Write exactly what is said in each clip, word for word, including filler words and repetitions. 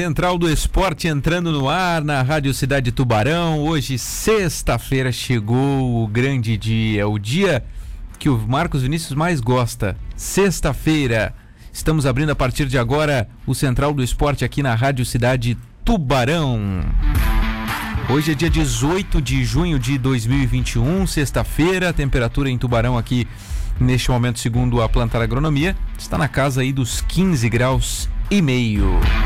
Central do Esporte entrando no ar na Rádio Cidade Tubarão. Hoje, sexta-feira, chegou o grande dia, o dia que o Marcos Vinícius mais gosta. Sexta-feira, estamos abrindo a partir de agora o Central do Esporte aqui na Rádio Cidade Tubarão. Hoje é dia dezoito de junho de dois mil e vinte e um, sexta-feira, a temperatura em Tubarão aqui neste momento, segundo a Plantar Agronomia, está na casa aí dos quinze graus e meio.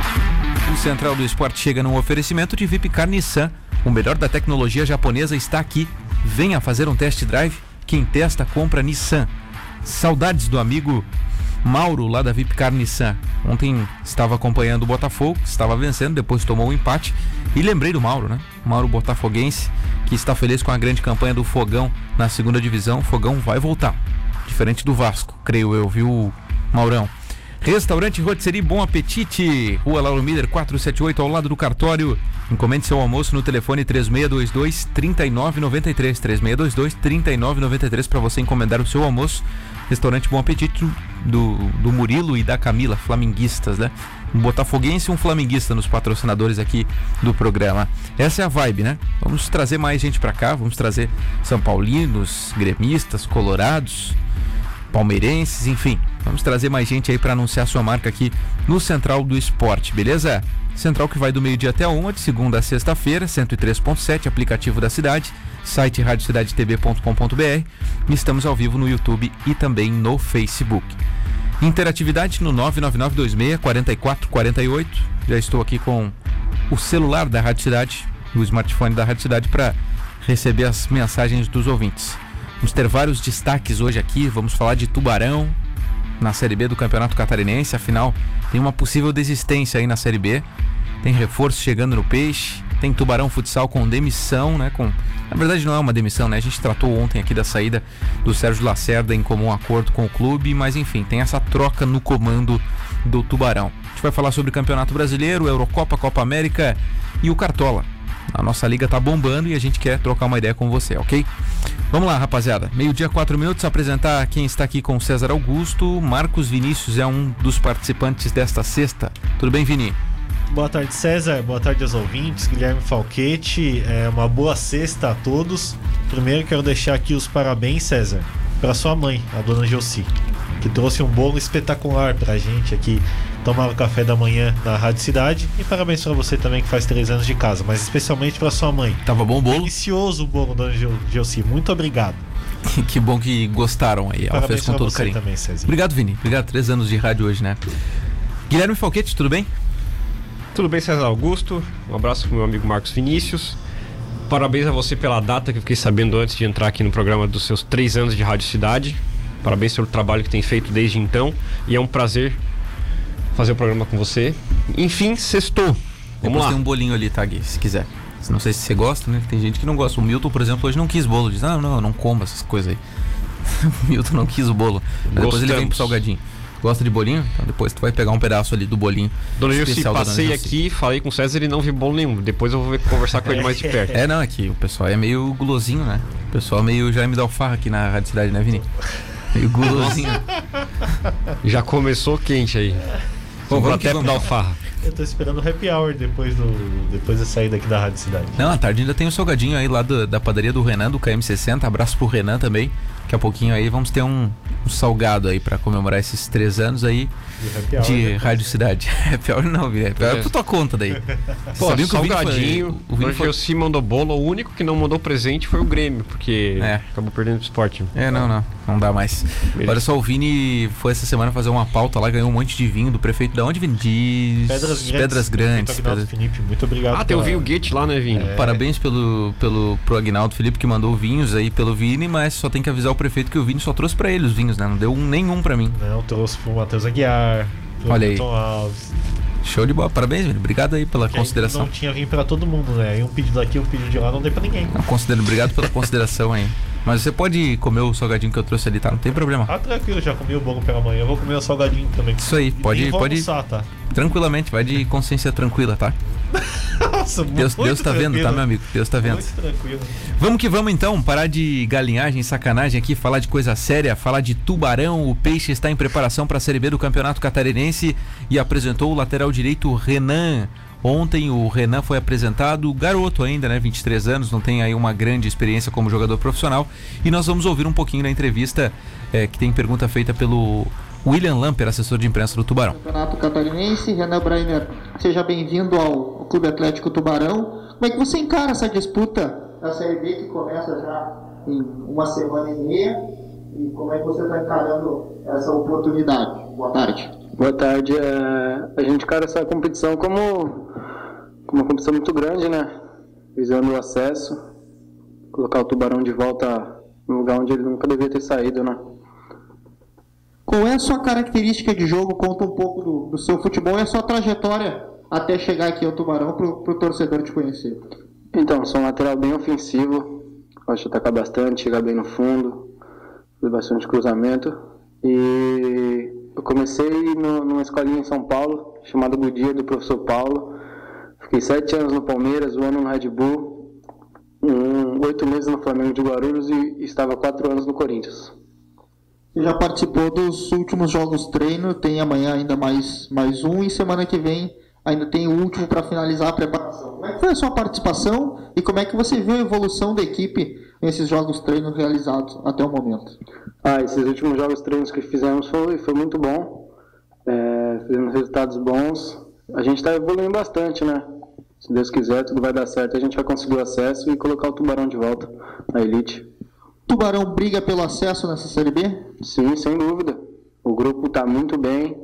O Central do Esporte chega num oferecimento de Vipcar Nissan. O melhor da tecnologia japonesa está aqui. Venha fazer um test drive. Quem testa, compra Nissan. Saudades do amigo Mauro, lá da Vipcar Nissan. Ontem estava acompanhando o Botafogo, estava vencendo, depois tomou um empate. E lembrei do Mauro, né? Mauro botafoguense, que está feliz com a grande campanha do Fogão na segunda divisão. O Fogão vai voltar, diferente do Vasco, creio eu, viu, Maurão? Restaurante Rotisserie Bom Apetite, Rua Lauro Miller quatrocentos e setenta e oito, ao lado do cartório. Encomende seu almoço no telefone três seis dois dois, três nove nove três, três seis dois dois, três nove nove três para você encomendar o seu almoço. Restaurante Bom Apetite do, do Murilo e da Camila, flamenguistas, né? Um botafoguense e um flamenguista nos patrocinadores aqui do programa. Essa é a vibe, né? Vamos trazer mais gente pra cá, vamos trazer São Paulinos, gremistas, colorados, palmeirenses, enfim. Vamos trazer mais gente aí para anunciar sua marca aqui no Central do Esporte, beleza? Central que vai do meio-dia até a uma, de segunda a sexta-feira, cento e três ponto sete, aplicativo da cidade, site rádio cidade t v ponto com ponto b r. Estamos ao vivo no YouTube e também no Facebook. Interatividade no nove nove nove dois seis, quatro quatro quatro oito. Já estou aqui com o celular da Rádio Cidade, o smartphone da Rádio Cidade, para receber as mensagens dos ouvintes. Vamos ter vários destaques hoje aqui. Vamos falar de Tubarão na Série B do Campeonato Catarinense. Afinal, tem uma possível desistência aí na Série B. Tem reforço chegando no Peixe. Tem Tubarão Futsal com demissão, né? Com... Na verdade não é uma demissão, né? A gente tratou ontem aqui da saída do Sérgio Lacerda em comum acordo com o clube. Mas enfim, tem essa troca no comando do Tubarão. A gente vai falar sobre o Campeonato Brasileiro, Eurocopa, Copa América e o Cartola. A nossa liga tá bombando e a gente quer trocar uma ideia com você, ok? Vamos lá, rapaziada. Meio-dia, quatro minutos, apresentar quem está aqui com o César Augusto. Marcos Vinícius é um dos participantes desta sexta. Tudo bem, Vini? Boa tarde, César. Boa tarde aos ouvintes. Guilherme Falquete. É uma boa sexta a todos. Primeiro quero deixar aqui os parabéns, César, para sua mãe, a dona Gelsi, que trouxe um bolo espetacular pra gente aqui tomar o café da manhã na Rádio Cidade. E parabéns pra você também, que faz três anos de casa, mas especialmente pra sua mãe. Tava bom o bolo? Delicioso o bolo, dona Gelsi. Muito obrigado. Que bom que gostaram aí. Ela Parabéns fez com todo você carinho. Também, César. Obrigado, Vini. Obrigado. Três anos de rádio hoje, né? Guilherme Falquete, tudo bem? Tudo bem, César Augusto. Um abraço pro meu amigo Marcos Vinícius. Parabéns a você pela data, que eu fiquei sabendo antes de entrar aqui no programa, dos seus três anos de Rádio Cidade. Parabéns pelo trabalho que tem feito desde então. E é um prazer fazer o programa com você. Enfim, sextou. Vamos lá. Tem um bolinho ali, tá, Gui? Se quiser. Não sei se você gosta, né? Tem gente que não gosta. O Milton, por exemplo, hoje não quis bolo. Diz, ah, não, eu não como essas coisas aí. O Milton não quis o bolo. Mas depois ele vem pro salgadinho. Gosta de bolinho? Então depois tu vai pegar um pedaço ali do bolinho. Dona Gilci, passei aqui, falei com o César e não vi bolo nenhum. Depois eu vou ver, conversar com ele mais de perto. É, não, é que o pessoal é meio gulosinho, né? O pessoal é meio Jaime da Alfarra aqui na Rádio Cidade, né, Vini? Meio gulosinho. Já começou quente aí. Vamos até da Alfarra. Eu tô esperando o happy hour depois, do, depois da saída aqui da Rádio Cidade. Não, à tarde ainda tem o salgadinho aí lá do, da padaria do Renan, do K M sessenta. Abraço pro Renan também. Daqui a pouquinho aí vamos ter um, um salgado aí pra comemorar esses três anos aí de, hour, de Rádio Cidade. Happy hour não, Vini. Happy hour é por tua conta daí. Pô, sabia que o salgadinho, o Vini foi... se mandou bolo, o único que não mandou presente foi o Grêmio, porque é. acabou perdendo o esporte. É, não, não, não dá mais. Beleza. Olha só, o Vini foi essa semana fazer uma pauta lá, ganhou um monte de vinho do prefeito. Da onde, Vini? De Pedras Grandes. Pedras Grandes. Pedras... Felipe, muito obrigado. Ah, tem o vinho Goethe lá, né, Vini? É. Parabéns pelo, pelo, pro Aguinaldo Felipe, que mandou vinhos aí pelo Vini, mas só tem que avisar o prefeito que o Vini só trouxe pra ele os vinhos, né? Não deu um, nenhum pra mim. Não, trouxe pro Matheus Aguiar, pro Olha aí. Alves. Show de bola, parabéns, Vini. Obrigado aí pela Porque consideração. Não tinha vinho pra todo mundo, né? Aí um pedido daqui, um pedido de lá, não deu pra ninguém. Não, considero, obrigado pela consideração aí. Mas você pode comer o salgadinho que eu trouxe ali, tá? Não tem problema. Ah, tranquilo, já comi o bolo pela manhã. Eu vou comer o salgadinho também. Isso aí, pode ir. Pode almoçar, tá? Tranquilamente, vai de consciência tranquila, tá? Nossa, Deus, Deus tá vendo, tá, meu amigo? Deus tá vendo. Muito tranquilo. Vamos que vamos então, parar de galinhagem, sacanagem aqui, falar de coisa séria, falar de Tubarão. O Peixe está em preparação para a Série B do Campeonato Catarinense e apresentou o lateral direito Renan. Ontem o Renan foi apresentado, garoto ainda, né, vinte e três anos, não tem aí uma grande experiência como jogador profissional. E nós vamos ouvir um pouquinho da entrevista, é, que tem pergunta feita pelo William Lamper, assessor de imprensa do Tubarão. Campeonato Catarinense, Renan Brainer, seja bem-vindo ao Clube Atlético Tubarão. Como é que você encara essa disputa da Série B que começa já em uma semana e meia? E como é que você está encarando essa oportunidade? Boa tarde. Boa tarde. É, a gente encara essa competição como, como uma competição muito grande, né? Visando o acesso, colocar o Tubarão de volta no lugar onde ele nunca devia ter saído, né? Qual é a sua característica de jogo? Conta um pouco do, do seu futebol e a sua trajetória até chegar aqui ao Tubarão para o torcedor te conhecer. Então, sou um lateral bem ofensivo, gosto de atacar bastante, chegar bem no fundo, fazer bastante cruzamento. E eu comecei no, numa escolinha em São Paulo, chamada Goodyear, do professor Paulo. Fiquei sete anos no Palmeiras, um ano no Red Bull, um, oito meses no Flamengo de Guarulhos e, e estava quatro anos no Corinthians. Você já participou dos últimos jogos treino, tem amanhã ainda mais, mais um e semana que vem ainda tem o último para finalizar a preparação. Como é que foi a sua participação e como é que você viu a evolução da equipe nesses jogos treino realizados até o momento? Ah, esses últimos jogos treinos que fizemos foi, foi muito bom, é, fizemos resultados bons. A gente está evoluindo bastante, né? Se Deus quiser, tudo vai dar certo, a gente vai conseguir o acesso e colocar o Tubarão de volta na elite. Tubarão briga pelo acesso nessa Série B? Sim, sem dúvida. O grupo está muito bem.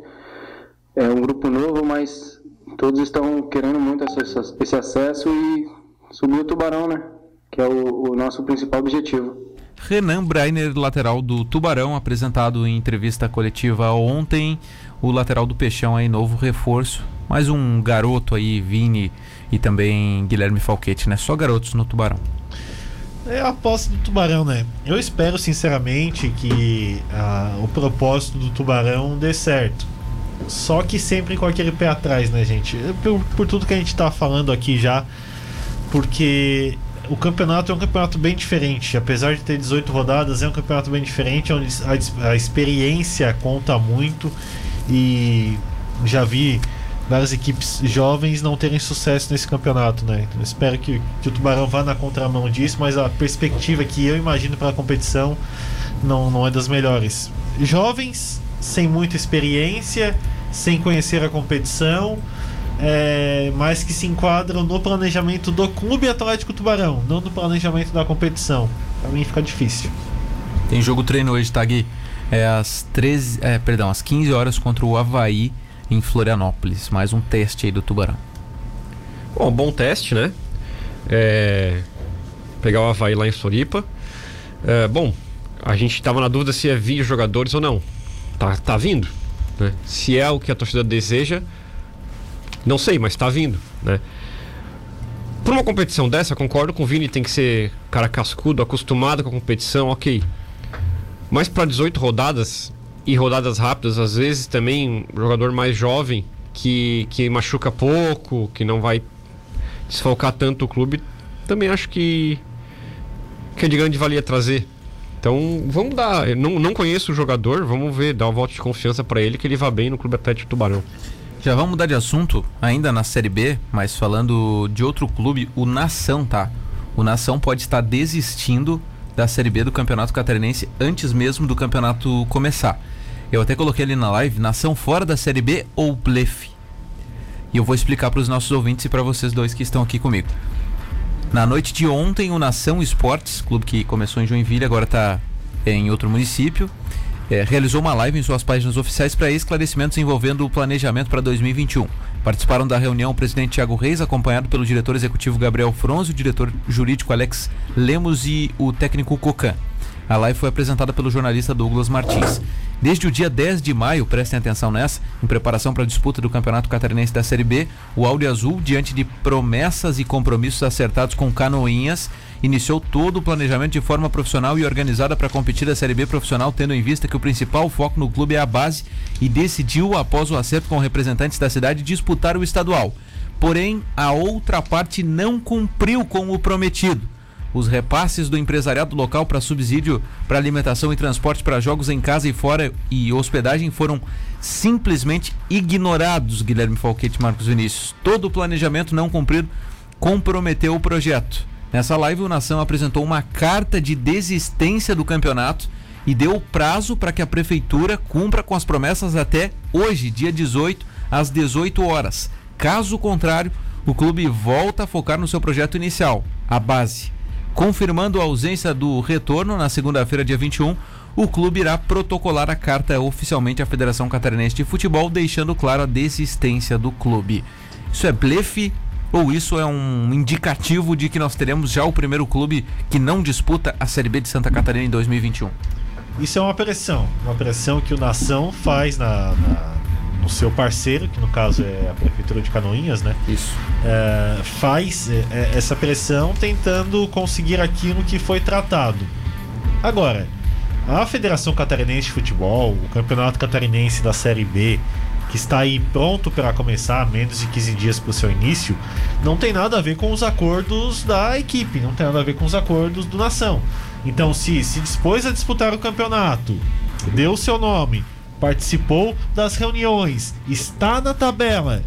É um grupo novo, mas todos estão querendo muito esse acesso e subir o Tubarão, né? Que é o, o nosso principal objetivo. Renan Brainer, lateral do Tubarão, apresentado em entrevista coletiva ontem. O lateral do Peixão aí, novo reforço. Mais um garoto aí, Vini e também Guilherme Falquete, né? Só garotos no Tubarão. É a aposta do Tubarão, né? Eu espero sinceramente que ah, o propósito do Tubarão dê certo. Só que sempre com aquele pé atrás, né, gente? Por, por tudo que a gente tá falando aqui já. Porque o campeonato é um campeonato bem diferente. Apesar de ter dezoito rodadas, é um campeonato bem diferente, onde a, a experiência conta muito. E já vi várias equipes jovens não terem sucesso nesse campeonato, né? Então, eu espero que, que o Tubarão vá na contramão disso, mas a perspectiva que eu imagino para a competição não, não é das melhores. Jovens, sem muita experiência, sem conhecer a competição, é, mas que se enquadram no planejamento do Clube Atlético Tubarão, não no planejamento da competição. Para mim fica difícil. Tem jogo treino hoje, tá, Gui? É às treze, é, perdão, às quinze horas contra o Avaí em Florianópolis. Mais um teste aí do Tubarão. Bom, bom teste, né? É... Pegar o Avaí lá em Floripa. É, bom, a gente estava na dúvida se ia vir jogadores ou não. Tá, tá vindo, né? Se é o que a torcida deseja, não sei, mas tá vindo, né? Por uma competição dessa, concordo com o Vini, tem que ser cara cascudo, acostumado com a competição, ok. Mas para dezoito rodadas e rodadas rápidas, às vezes também um jogador mais jovem que, que machuca pouco, que não vai desfalcar tanto o clube, também acho que, que é de grande valia trazer. Então vamos dar, eu não, não conheço o jogador, vamos ver, dar um voto de confiança para ele, que ele vá bem no Clube Atlético Tubarão. Já vamos mudar de assunto, ainda na Série B, mas falando de outro clube, o Nação, tá? O Nação pode estar desistindo da Série B do Campeonato Catarinense antes mesmo do campeonato começar. Eu até coloquei ali na live, Nação fora da Série B ou blefe? E eu vou explicar para os nossos ouvintes e para vocês dois que estão aqui comigo. Na noite de ontem, o Nação Esportes, clube que começou em Joinville, agora está em outro município, é, realizou uma live em suas páginas oficiais para esclarecimentos envolvendo o planejamento para dois mil e vinte e um. Participaram da reunião o presidente Thiago Reis, acompanhado pelo diretor executivo Gabriel Fronzi, o diretor jurídico Alex Lemos e o técnico Cocan. A live foi apresentada pelo jornalista Douglas Martins. Desde o dia dez de maio, prestem atenção nessa, em preparação para a disputa do Campeonato Catarinense da Série B, o Albiazul, diante de promessas e compromissos acertados com Canoinhas, iniciou todo o planejamento de forma profissional e organizada para competir a Série B profissional, tendo em vista que o principal foco no clube é a base, e decidiu, após o acerto com representantes da cidade, disputar o estadual. Porém, a outra parte não cumpriu com o prometido. Os repasses do empresariado local para subsídio para alimentação e transporte para jogos em casa e fora e hospedagem foram simplesmente ignorados, Guilherme Falquete e Marcos Vinícius. Todo o planejamento não cumprido comprometeu o projeto. Nessa live, o Nação apresentou uma carta de desistência do campeonato e deu prazo para que a prefeitura cumpra com as promessas até hoje, dia dezoito, às dezoito horas. Caso contrário, o clube volta a focar no seu projeto inicial, a base. Confirmando a ausência do retorno, na segunda-feira, dia vinte e um, o clube irá protocolar a carta oficialmente à Federação Catarinense de Futebol, deixando claro a desistência do clube. Isso é blefe ou isso é um indicativo de que nós teremos já o primeiro clube que não disputa a Série B de Santa Catarina em dois mil e vinte e um? Isso é uma pressão, uma pressão que o Nação faz na, na, no seu parceiro, que no caso é a Prefeitura de Canoinhas, né? Isso. É, faz é, essa pressão tentando conseguir aquilo que foi tratado. Agora, a Federação Catarinense de Futebol, o Campeonato Catarinense da Série B, que está aí pronto para começar, menos de quinze dias para o seu início, não tem nada a ver com os acordos da equipe, não tem nada a ver com os acordos do Nação. Então, se se dispôs a disputar o campeonato, deu o seu nome, participou das reuniões, está na tabela,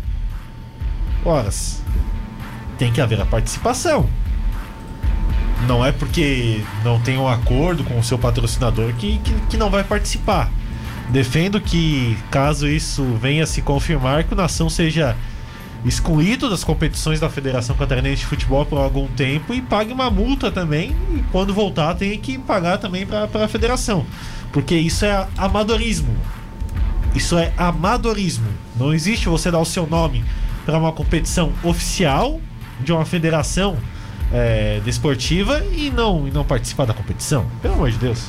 ora, tem que haver a participação. Não é porque não tem um acordo com o seu patrocinador que, que, que não vai participar. Defendo que, caso isso venha a se confirmar, que o Nação seja excluído das competições da Federação Catarinense de Futebol por algum tempo e pague uma multa também, e quando voltar tem que pagar também para a federação, porque isso é amadorismo. Isso é amadorismo. Não existe você dar o seu nome para uma competição oficial de uma federação é, desportiva e não, e não participar da competição. Pelo amor de Deus.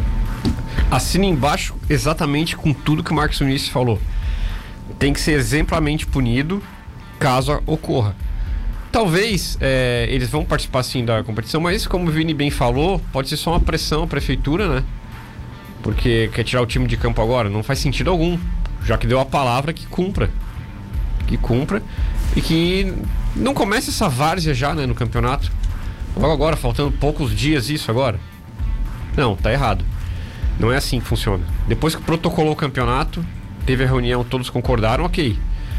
Assina embaixo exatamente com tudo que o Marcos Vinícius falou. Tem que ser exemplarmente punido caso ocorra. Talvez é, eles vão participar sim da competição, mas como o Vini bem falou, pode ser só uma pressão à prefeitura, né? Porque quer tirar o time de campo agora? Não faz sentido algum, já que deu a palavra que cumpra. Que cumpra e que não comece essa várzea já, né, no campeonato. Logo agora, faltando poucos dias isso agora. Não, tá errado. Não é assim que funciona. Depois que protocolou o campeonato, teve a reunião, todos concordaram, ok.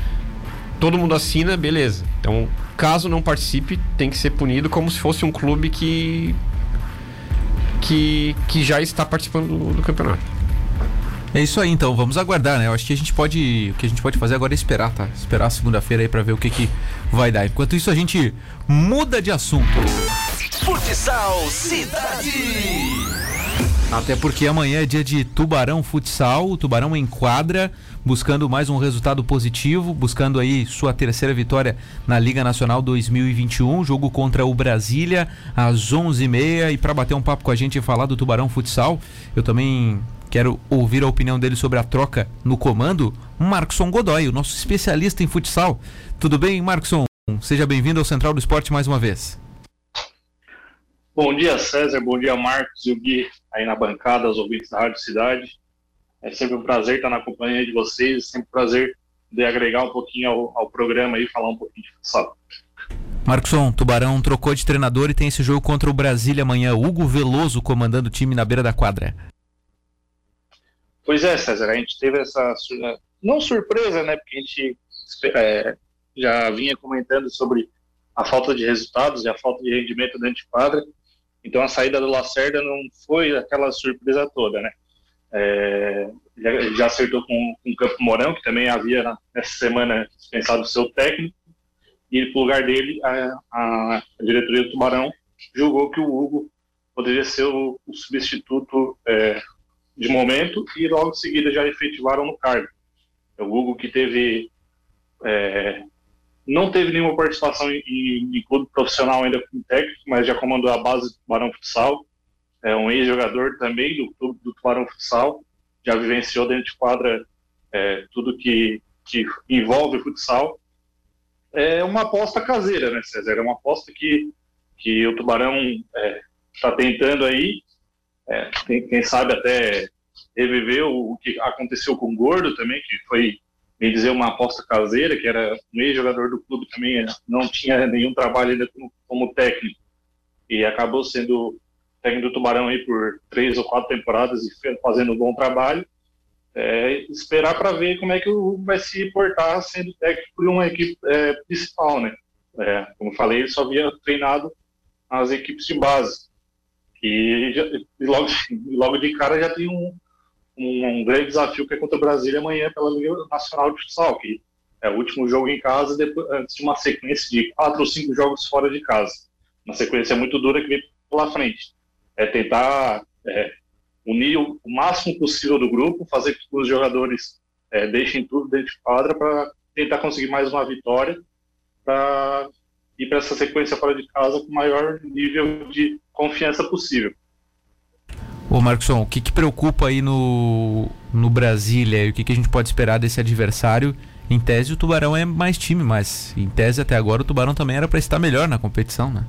Todo mundo assina, beleza. Então, caso não participe, tem que ser punido como se fosse um clube que que, que já está participando do, do campeonato. É isso aí, então, vamos aguardar, né? Eu acho que a gente pode, o que a gente pode fazer agora é esperar, tá? Esperar a segunda-feira aí pra ver o que que vai dar. Enquanto isso, a gente muda de assunto. Futsal Cidade. Até porque amanhã é dia de Tubarão Futsal, o Tubarão em quadra, buscando mais um resultado positivo, buscando aí sua terceira vitória na Liga Nacional dois mil e vinte e um, jogo contra o Brasília às onze e meia. E para bater um papo com a gente e falar do Tubarão Futsal, eu também quero ouvir a opinião dele sobre a troca no comando, Marcson Godoy, o nosso especialista em futsal. Tudo bem, Marcson? Seja bem-vindo ao Central do Esporte mais uma vez. Bom dia, César, bom dia, Marcos e o Gui aí na bancada, os ouvintes da Rádio Cidade. É sempre um prazer estar na companhia de vocês, sempre um prazer de agregar um pouquinho ao, ao programa e falar um pouquinho de futsal. Marcson, Tubarão trocou de treinador e tem esse jogo contra o Brasília amanhã. Hugo Veloso comandando o time na beira da quadra. Pois é, César, a gente teve essa, não surpresa, né, porque a gente é, já vinha comentando sobre a falta de resultados e a falta de rendimento dentro de quadra. Então a saída do Lacerda não foi aquela surpresa toda, né? É, já, já acertou com, com o Campo Mourão, que também havia nessa semana dispensado o seu técnico, e no lugar dele a, a diretoria do Tubarão julgou que o Hugo poderia ser o, o substituto é, de momento, e logo em seguida já efetivaram no cargo. O Hugo, que teve é, não teve nenhuma participação em, em, em clube profissional ainda como técnico, mas já comandou a base do Tubarão Futsal. É um ex-jogador também do clube do Tubarão Futsal, já vivenciou dentro de quadra é, tudo que, que envolve o futsal. É uma aposta caseira, né, César? É uma aposta que, que o Tubarão está é, tentando aí, é, quem, quem sabe até reviver o, o que aconteceu com o Gordo também, que foi, bem dizer, uma aposta caseira, que era um ex-jogador do clube também, não tinha nenhum trabalho ainda como, como técnico. e acabou sendo técnico do Tubarão aí por três ou quatro temporadas e fazendo um bom trabalho. É, esperar para ver como é que o Hugo vai se portar sendo técnico de uma equipe é, principal, né? É, como eu falei, ele só havia treinado as equipes de base. E, já, e logo, logo de cara já tem um, um, um grande desafio que é contra o Brasília amanhã pela Liga Nacional de Futsal, que é o último jogo em casa depois, antes de uma sequência de quatro ou cinco jogos fora de casa. Uma sequência muito dura que vem pela frente. É tentar é, unir o, o máximo possível do grupo, fazer com que os jogadores é, deixem tudo dentro de quadra para tentar conseguir mais uma vitória, para ir para essa sequência fora de casa com o maior nível de confiança possível. Ô Marcosson, o que, que preocupa aí no, no Brasília? E o que, que a gente pode esperar desse adversário? Em tese o Tubarão é mais time, mas em tese até agora o Tubarão também era para estar melhor na competição, né?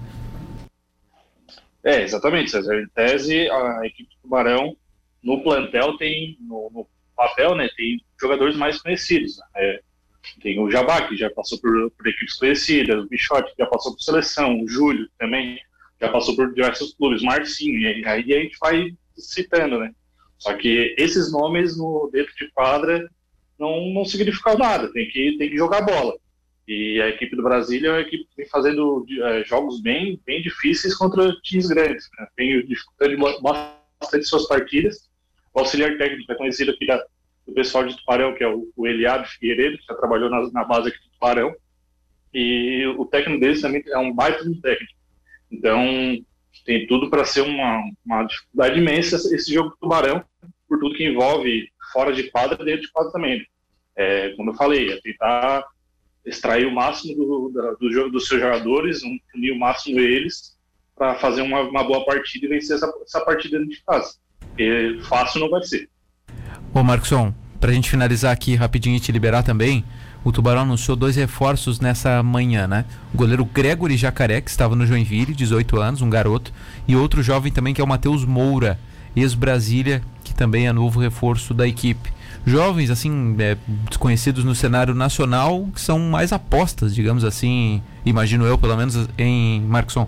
É, exatamente, César. Em tese a equipe do Tubarão no plantel tem, no, no papel, né, tem jogadores mais conhecidos. Né? Tem o Jabá, que já passou por, por equipes conhecidas, o Bichote, que já passou por seleção, o Júlio também já passou por diversos clubes, Marcinho, e aí a gente vai citando, né? Só que esses nomes no, dentro de quadra não, não significam nada, tem que, tem que jogar bola. E a equipe do Brasília é uma equipe que vem fazendo é, jogos bem, bem difíceis contra times grandes, né? Vem dificultando bastante suas partidas. O auxiliar técnico é conhecido aqui da, do pessoal de Tubarão, que é o, o Eliabe Figueiredo, que já trabalhou na, na base aqui do Tubarão. E o técnico deles também é um baita de técnico. Então, tem tudo para ser uma, uma dificuldade imensa esse jogo do Tubarão, por tudo que envolve fora de quadra e dentro de quadra também. É, como eu falei, é tentar extrair o máximo do, do, do jogo dos seus jogadores, unir o máximo eles para fazer uma, uma boa partida e vencer essa, essa partida dentro de casa. E fácil não vai ser. Ô Marcosson, pra gente finalizar aqui rapidinho e te liberar também, o Tubarão anunciou dois reforços nessa manhã, né? O goleiro Gregory Jacaré, que estava no Joinville, dezoito anos, um garoto, e outro jovem também que é o Matheus Moura, ex-Brasília, que também é novo reforço da equipe. Jovens, assim, é, desconhecidos no cenário nacional, que são mais apostas, digamos assim, imagino eu, pelo menos, em Marcosson.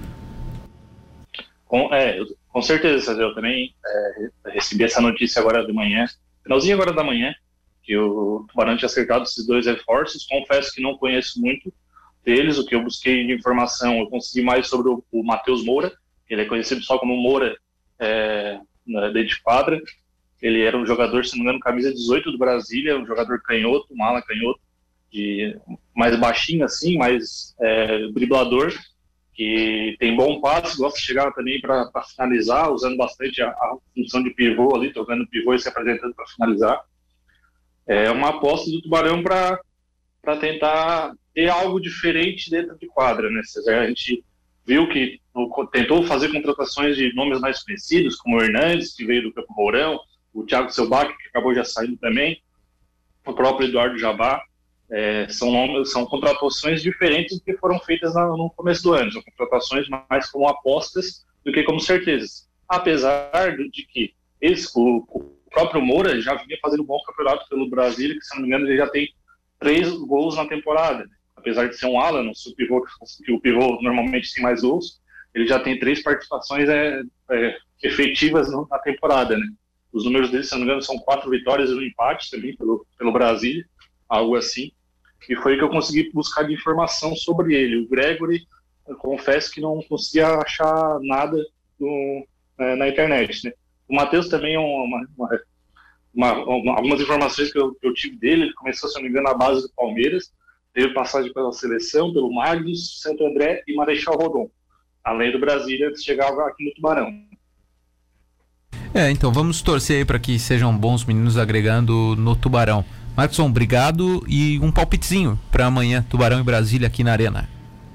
Com, é, com certeza, eu também é, recebi essa notícia agora de manhã, finalzinho agora da manhã, que o Tubarão tinha acertado esses dois reforços. Confesso que não conheço muito deles, o que eu busquei de informação, eu consegui mais sobre o, o Matheus Moura, ele é conhecido só como Moura é, dentro de quadra. Ele era um jogador, se não me engano, camisa dezoito do Brasília, um jogador canhoto, um ala canhoto, de, mais baixinho assim, mais é, driblador, que tem bom passe, gosta de chegar também para finalizar, usando bastante a, a função de pivô ali, tocando pivô e se apresentando para finalizar. É uma aposta do Tubarão para tentar ter algo diferente dentro de quadra, né? A gente viu que tentou fazer contratações de nomes mais conhecidos, como o Hernandes, que veio do Campo Mourão, o Thiago Selbach, que acabou já saindo também, o próprio Eduardo Jabá. É, são, nomes, são contratações diferentes do que foram feitas na, no começo do ano. São contratações mais como apostas do que como certezas. Apesar de que esse, o, o próprio Moura já vinha fazendo um bom campeonato pelo Brasília, que, se não me engano, ele já tem três gols na temporada. Apesar de ser um ala, não sei o pivô, que o pivô normalmente tem mais gols, ele já tem três participações é, é, efetivas no, na temporada, né? Os números dele, se não me engano, são quatro vitórias e um empate também pelo, pelo Brasília, algo assim. E foi o que eu consegui buscar de informação sobre ele. O Gregory, eu confesso que não conseguia achar nada no, é, na internet, né? O Matheus também é uma, uma, uma, uma, algumas informações que eu, que eu tive dele. Ele começou, se não me engano, na base do Palmeiras, teve passagem pela seleção, pelo Magnus, Santo André e Marechal Rondon, além do Brasília, antes de chegar aqui no Tubarão. É, então vamos torcer aí para que sejam bons meninos agregando no Tubarão. Marcosson, obrigado, e um palpitezinho para amanhã, Tubarão e Brasília aqui na Arena.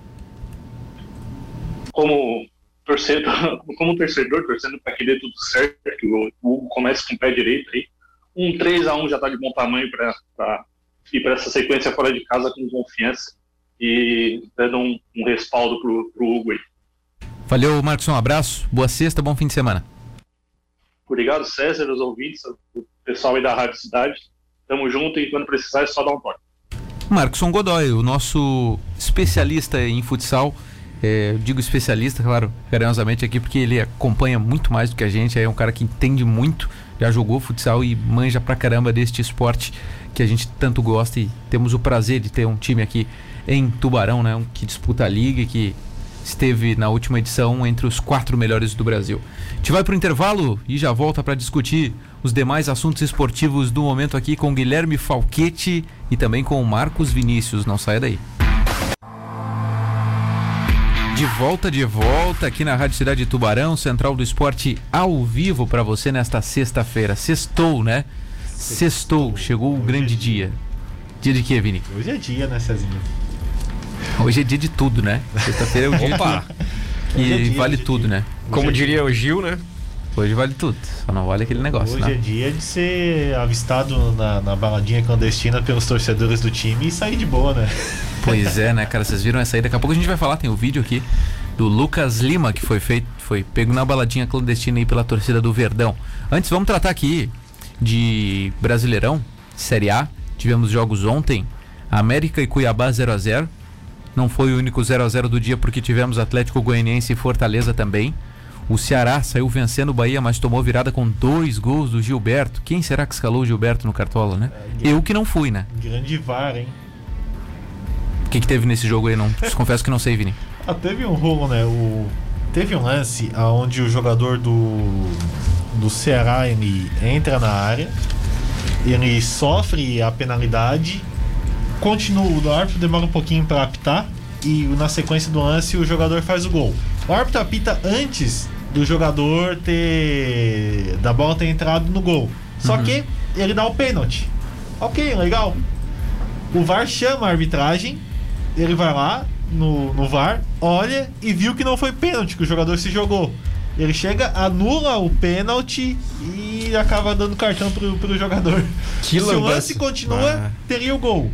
Como torcedor, como torcedor torcendo para que dê tudo certo, que o Hugo comece com o pé direito aí, um três a um já está de bom tamanho para ir para essa sequência fora de casa com confiança e dando um, um respaldo pro, pro Hugo aí. Valeu, Marcosson, um abraço, boa sexta, bom fim de semana. Obrigado, César, os ouvintes, o pessoal aí da Rádio Cidade. Tamo junto e quando precisar é só dar um toque. Marcosson Godoy, o nosso especialista em futsal, É, eu digo especialista, claro, carinhosamente aqui, porque ele acompanha muito mais do que a gente. É um cara que entende muito, já jogou futsal e manja pra caramba deste esporte que a gente tanto gosta, e temos o prazer de ter um time aqui em Tubarão, né, um, que disputa a liga e que esteve na última edição entre os quatro melhores do Brasil. A gente vai pro intervalo e já volta para discutir os demais assuntos esportivos do momento aqui com Guilherme Falquete e também com o Marcos Vinícius. Não saia daí. De volta, de volta aqui na Rádio Cidade de Tubarão, Central do Esporte ao vivo para você nesta sexta-feira. Sextou, né? Sextou, chegou o grande dia. Dia de quê, Vini? Hoje é dia, né, Cezinha? Hoje é dia de tudo, né? Sexta-feira é o dia Opa! que, que é dia, vale hoje é tudo, dia. né? Como diria o Gil, né? Hoje vale tudo, só não vale aquele negócio, Hoje né? é dia de ser avistado na, na baladinha clandestina pelos torcedores do time e sair de boa, né? Pois é, né, cara? Vocês viram essa aí? Daqui a pouco a gente vai falar, tem o vídeo aqui do Lucas Lima, que foi feito, foi pego na baladinha clandestina aí pela torcida do Verdão. Antes, vamos tratar aqui de Brasileirão, Série A. Tivemos jogos ontem, América e Cuiabá zero a zero. Não foi o único zero a zero do dia, porque tivemos Atlético Goianiense e Fortaleza também. O Ceará saiu vencendo o Bahia, mas tomou virada com dois gols do Gilberto. Quem será que escalou o Gilberto no Cartola, né? É, Eu que não fui, né? Grande V A R, hein? O que, que teve nesse jogo aí? Não, confesso que não sei, Vini. Ah, teve um rolo, né? O... Teve um lance onde o jogador do, do Ceará, ele entra na área, ele sofre a penalidade, continua, o árbitro demora um pouquinho para apitar e na sequência do lance o jogador faz o gol. O árbitro apita antes do jogador ter... da bola ter entrado no gol. Só Uhum. que ele dá o pênalti. Ok, legal. O V A R chama a arbitragem, ele vai lá no, no V A R, olha e viu que não foi pênalti, que o jogador se jogou. Ele chega, anula o pênalti e acaba dando cartão pro, pro jogador. Que Se o lambança. lance continua, Ah. teria o gol.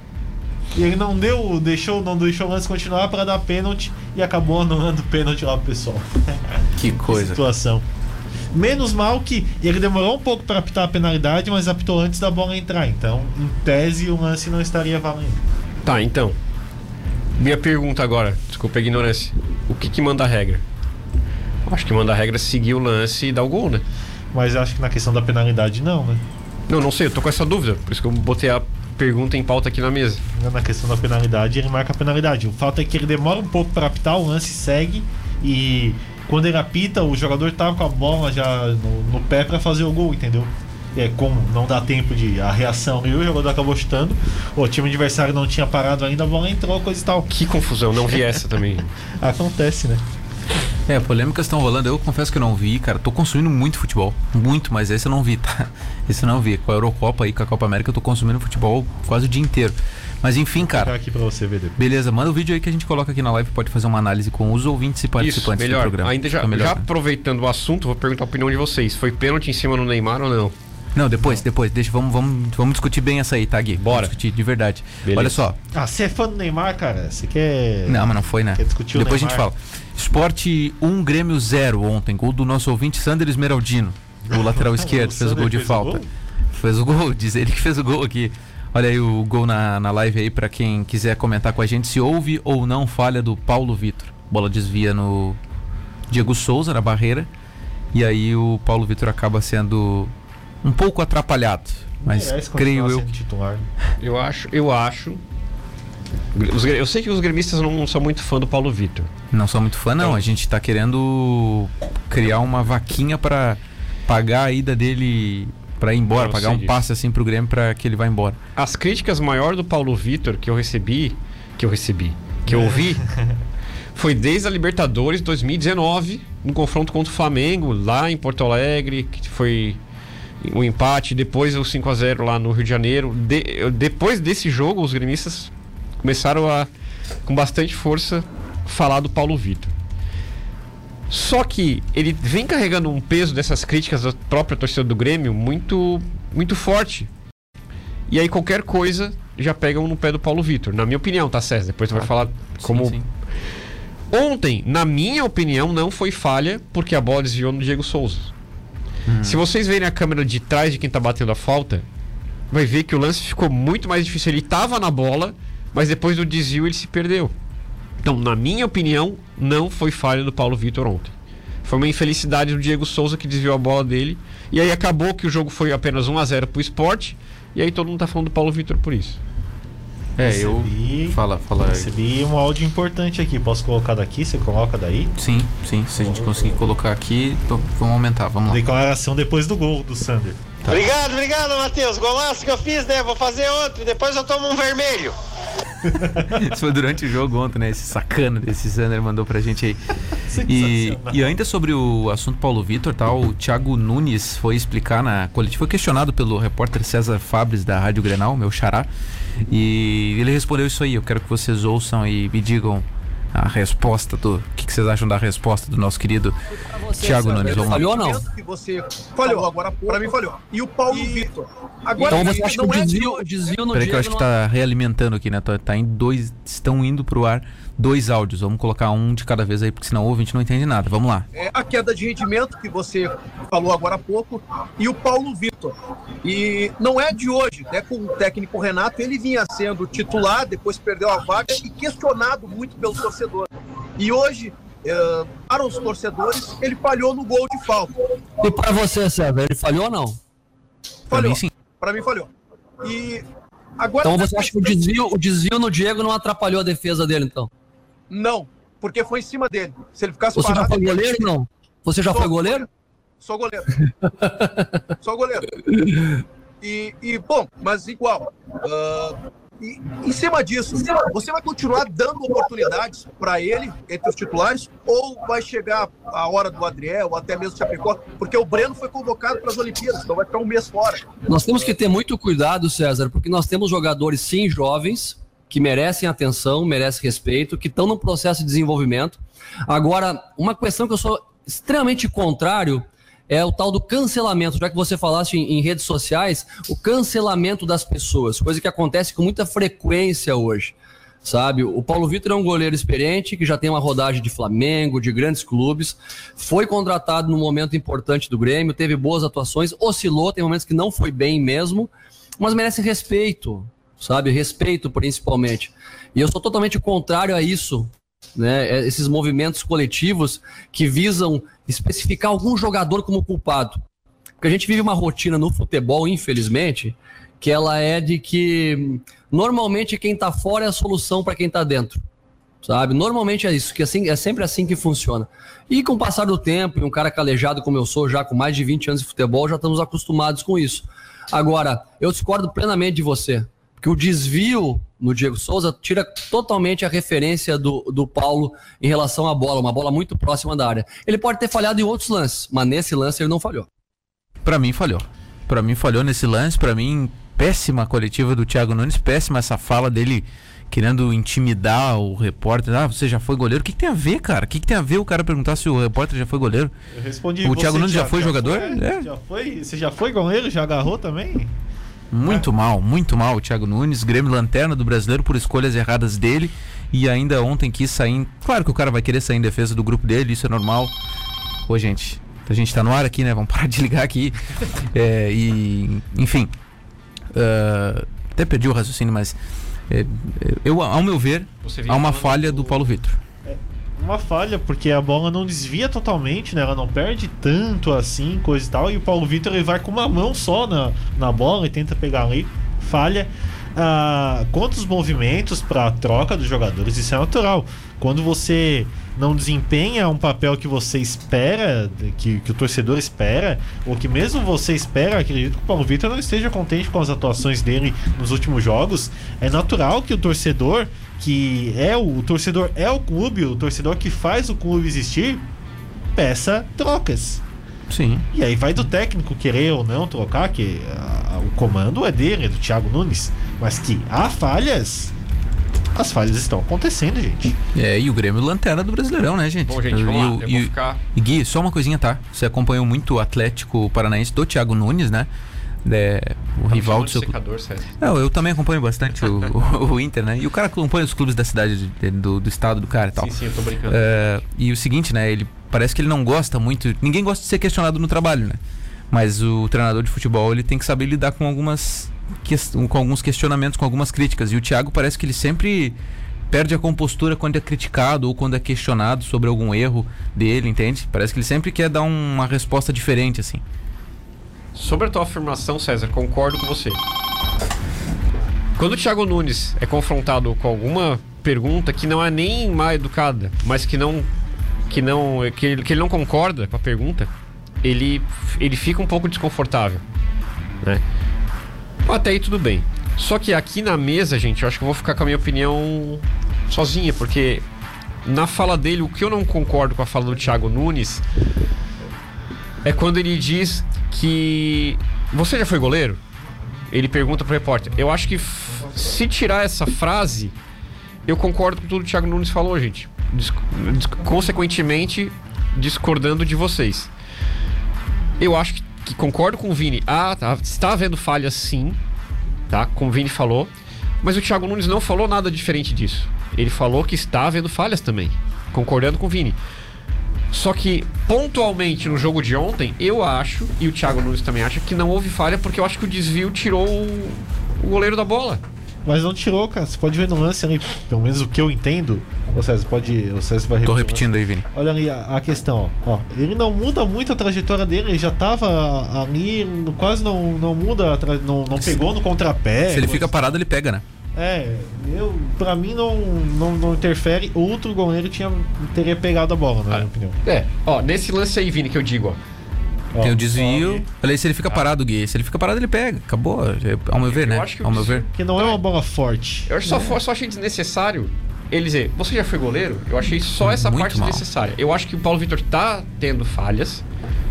E ele não deu, deixou, não deixou o lance continuar para dar pênalti e acabou anulando o pênalti lá pro pessoal. Que Que coisa. situação. Menos mal que ele demorou um pouco para apitar a penalidade, mas apitou antes da bola entrar. Então, em tese, o lance não estaria valendo. Tá, então. Minha pergunta agora, desculpa a ignorância. O que que manda a regra? Acho que manda a regra seguir o lance e dar o gol, né? Mas eu acho que na questão da penalidade, não, né? Não, não sei, eu tô com essa dúvida. Por isso que eu botei a pergunta em pauta aqui na mesa. Na questão da penalidade, ele marca a penalidade. O fato é que ele demora um pouco para apitar, o lance segue e quando ele apita, o jogador tava com a bola já no, no pé para fazer o gol, entendeu? E é como não dá tempo de a reação e o jogador acabou chutando, o time adversário não tinha parado ainda, a bola entrou, coisa e tal. Que confusão, não vi essa também. Acontece, né? É, polêmicas estão rolando. Eu confesso que eu não vi, cara. Tô consumindo muito futebol. Muito, mas esse eu não vi, tá? Esse eu não vi. Com a Eurocopa aí, com a Copa América, eu tô consumindo futebol quase o dia inteiro. Mas enfim, Vou cara. colocar aqui pra você ver depois. Beleza, manda o vídeo aí que a gente coloca aqui na live. Pode fazer uma análise com os ouvintes e Isso, participantes melhor. do programa. Ainda já, Fica melhor, já né? aproveitando o assunto, vou perguntar a opinião de vocês. Foi pênalti em cima do Neymar ou não? Não, depois, depois. Deixa, vamos, vamos, vamos discutir bem essa aí, tá, Gui? Bora. Vamos discutir de verdade. Beleza. Olha só. Ah, você é fã do Neymar, cara? Você quer... Não, mas não foi, né? Quer discutir o Depois a gente Neymar? fala. Esporte um, Grêmio zero ontem. Gol do nosso ouvinte Sander Esmeraldino. O lateral esquerdo O fez o Sander gol de fez o falta. gol? Fez o gol, diz ele que fez o gol aqui. Olha aí o gol na, na live aí pra quem quiser comentar com a gente se houve ou não falha do Paulo Vitor. Bola desvia no Diego Souza na barreira. E aí o Paulo Vitor acaba sendo um pouco atrapalhado. Mas Merece creio continuar eu. sendo titular. Eu acho, eu acho. Os gre- eu sei que os gremistas não são muito fã do Paulo Vitor. Não sou muito fã, não. Então- A gente tá querendo criar uma vaquinha pra pagar a ida dele pra ir embora, Eu pagar sei um disso. passe assim pro Grêmio pra que ele vá embora. As críticas maiores do Paulo Vitor que eu recebi, que eu recebi, que eu ouvi, foi desde a Libertadores dois mil e dezenove, no confronto contra o Flamengo, lá em Porto Alegre, que foi o empate, depois o cinco a zero lá no Rio de Janeiro. De- depois desse jogo, os gremistas começaram a, com bastante força, falar do Paulo Vitor. Só que ele vem carregando um peso dessas críticas da própria torcida do Grêmio muito, muito forte. E aí qualquer coisa já pegam no pé do Paulo Vitor. Na minha opinião, tá, César? Depois você vai falar como... Sim, sim. Ontem, na minha opinião, não foi falha, porque a bola desviou no Diego Souza. Se vocês verem a câmera de trás de quem tá batendo a falta, vai ver que o lance ficou muito mais difícil. Ele tava na bola, mas depois do desvio ele se perdeu. Então, na minha opinião, não foi falha do Paulo Vitor ontem. Foi uma infelicidade do Diego Souza que desviou a bola dele. E aí acabou que o jogo foi apenas um a zero pro Sport. E aí todo mundo tá falando do Paulo Vitor por isso. É, Recebi- eu... Fala, fala. Recebi um áudio importante aqui. Posso colocar daqui? Você coloca daí? Sim, sim. Se a gente conseguir colocar aqui, então vamos aumentar. Vamos lá. Declaração depois do gol do Sander. Tá. Obrigado, obrigado, Matheus. Golaço que eu fiz, né? Vou fazer outro. Depois eu tomo um vermelho. Isso foi durante o jogo ontem, né? Esse sacana desse Sander mandou pra gente aí. E, e ainda sobre o assunto Paulo Vitor, tá? O Thiago Nunes foi explicar na coletiva, foi questionado pelo repórter César Fabres da Rádio Grenal, meu xará, e ele respondeu isso aí. Eu quero que vocês ouçam e me digam a resposta do... O que, que vocês acham da resposta do nosso querido Thiago Nunes? Vamos lá. Falhou ou não? Que você falhou agora, pra mim falhou. E o Paulo e... Vitor. Agora então você acha que o não é desvio, de- o desvio no Peraí que eu Diego acho que não- tá realimentando aqui, né? Tá, tá em dois, estão indo pro ar dois áudios. Vamos colocar um de cada vez aí, porque senão o ouvinte não entende nada. Vamos lá. é a queda de rendimento que você falou agora há pouco e o Paulo Vitor. E não é de hoje, né? Com o técnico Renato, ele vinha sendo titular, depois perdeu a vaga e questionado muito pelo torcedor. E hoje, eh, para os torcedores, ele falhou no gol de falta. E pra você, César, ele falhou ou não? Pra Falhou. mim, sim. Pra mim falhou. E agora Então você acha que o desvio, o desvio no Diego não atrapalhou a defesa dele, então? não, porque foi em cima dele. Se ele ficasse Você já parado, foi ele- goleiro ou não? Você já Sou foi goleiro? Sou goleiro. Sou goleiro. E, e, bom, mas igual. ah, e, em cima disso, você vai continuar dando oportunidades para ele, entre os titulares, ou vai chegar a hora do Adriel, ou até mesmo Chapecó? Porque o Breno foi convocado para as Olimpíadas, então vai ficar um mês fora. Nós temos que ter muito cuidado, César, porque nós temos jogadores, sim, jovens, que merecem atenção, merecem respeito, que estão num processo de desenvolvimento. Agora, uma questão que eu sou extremamente contrário é o tal do cancelamento, já que você falasse em, em redes sociais, o cancelamento das pessoas, coisa que acontece com muita frequência hoje, sabe? O Paulo Vitor é um goleiro experiente, que já tem uma rodagem de Flamengo, de grandes clubes, foi contratado num momento importante do Grêmio, teve boas atuações, oscilou, tem momentos que não foi bem mesmo, mas merece respeito, sabe? Respeito, principalmente. E eu sou totalmente contrário a isso, né? Esses movimentos coletivos que visam especificar algum jogador como culpado. Porque a gente vive uma rotina no futebol, infelizmente, que ela é de que normalmente quem tá fora é a solução para quem tá dentro, sabe? Normalmente é isso, que assim, é sempre assim que funciona. E com o passar do tempo, e um cara calejado como eu sou, já com mais de vinte anos de futebol, já estamos acostumados com isso. Agora, eu discordo plenamente de você, que o desvio no Diego Souza tira totalmente a referência do, do Paulo em relação à bola, uma bola muito próxima da área. Ele pode ter falhado em outros lances, mas nesse lance ele não falhou. Pra mim falhou. Pra mim falhou nesse lance. Pra mim, péssima coletiva do Thiago Nunes, péssima essa fala dele querendo intimidar o repórter. Ah, você já foi goleiro? O que, que tem a ver, cara? O que, que tem a ver o cara perguntar se o repórter já foi goleiro? Eu respondi. O você, Thiago Nunes já Thiago, foi jogador? Foi, É. já foi, você já foi goleiro? Já agarrou também? Muito mal, muito mal o Thiago Nunes, Grêmio lanterna do brasileiro por escolhas erradas dele, e ainda ontem quis sair em... Claro que o cara vai querer sair em defesa do grupo dele, isso é normal. Ô gente, a gente tá no ar aqui, né? Vamos parar de ligar aqui. É, e, enfim, uh, até perdi o raciocínio, mas é, eu, ao meu ver, há uma falha do Paulo Vitor. Uma falha, porque a bola não desvia totalmente, né? Ela não perde tanto assim, coisa e tal. E o Paulo Vitor ele vai com uma mão só na, na bola e tenta pegar ali. Falha. Ah, quanto os movimentos para a troca dos jogadores, isso é natural. Quando você não desempenha um papel que você espera, que, que o torcedor espera, ou que mesmo você espera, acredito que o Paulo Vitor não esteja contente com as atuações dele nos últimos jogos. É natural que o torcedor, que é o, o torcedor é o clube, o torcedor que faz o clube existir, peça trocas. Sim. E aí vai do técnico querer ou não trocar, que a, a, o comando é dele, é do Thiago Nunes. Mas que há falhas, as falhas estão acontecendo, gente. É, e o Grêmio lanterna do Brasileirão, né, gente? Bom, gente, e, vamos lá, o- eu e, vou ficar... e Gui, só uma coisinha, tá? Você acompanhou muito o Atlético Paranaense do Thiago Nunes, né? É, o rival do seu clube. secador, César. Não, eu também acompanho bastante o, o, o Inter, né? E o cara acompanha os clubes da cidade, de- do, do estado do cara e tal. Sim, sim, eu tô brincando. É, e o seguinte, né? Ele parece que ele não gosta muito. Ninguém gosta de ser questionado no trabalho, né? Mas o treinador de futebol, ele tem que saber lidar com algumas ques- com alguns questionamentos, com algumas críticas. E o Thiago parece que ele sempre perde a compostura quando é criticado ou quando é questionado sobre algum erro dele, entende? Parece que ele sempre quer dar uma resposta diferente, assim. Sobre a tua afirmação, César, concordo com você. Quando o Thiago Nunes é confrontado com alguma pergunta que não é nem mal educada, mas que não que não que ele, que ele não concorda com a pergunta, ele ele fica um pouco desconfortável, né? Até aí tudo bem. Só que aqui na mesa, gente, eu acho que eu vou ficar com a minha opinião sozinha, porque na fala dele, o que eu não concordo com a fala do Thiago Nunes é quando ele diz que você já foi goleiro? Ele pergunta pro repórter. Eu acho que f- se tirar essa frase, eu concordo com tudo que o Thiago Nunes falou, gente. Dis- dis- consequentemente, discordando de vocês. Eu acho que, que concordo com o Vini. Ah, tá, está havendo falhas sim, tá? Como o Vini falou. Mas o Thiago Nunes não falou nada diferente disso. Ele falou que está havendo falhas também, concordando com o Vini. Só que, pontualmente, no jogo de ontem, eu acho, e o Thiago Nunes também acha, que não houve falha, porque eu acho que o desvio tirou o, o goleiro da bola. Mas não tirou, cara. Você pode ver no lance ali, pelo menos o que eu entendo. Ô César, pode. O César vai repetir. Tô repetindo aí, Vini. Olha ali a, a questão, ó. ó. Ele não muda muito a trajetória dele, ele já tava ali, quase não, não muda, a tra... não, não pegou no contrapé. Se ele fica parado, ele pega, né? É, eu, pra mim não, não, não interfere. Outro goleiro tinha, teria pegado a bola, na minha opinião. É, ó, nesse lance aí, Vini, que eu digo, ó. Tem o desvio. Falei, se ele fica parado, Gui. Se ele fica parado, ele pega. Acabou. Ao meu ver, Eu né? acho que Ao o meu ver. desvio- Porque não é uma bola forte. Eu acho só, só achei desnecessário ele dizer, você já foi goleiro? Eu achei só essa Muito parte mal. desnecessária. Eu acho que o Paulo Vitor tá tendo falhas.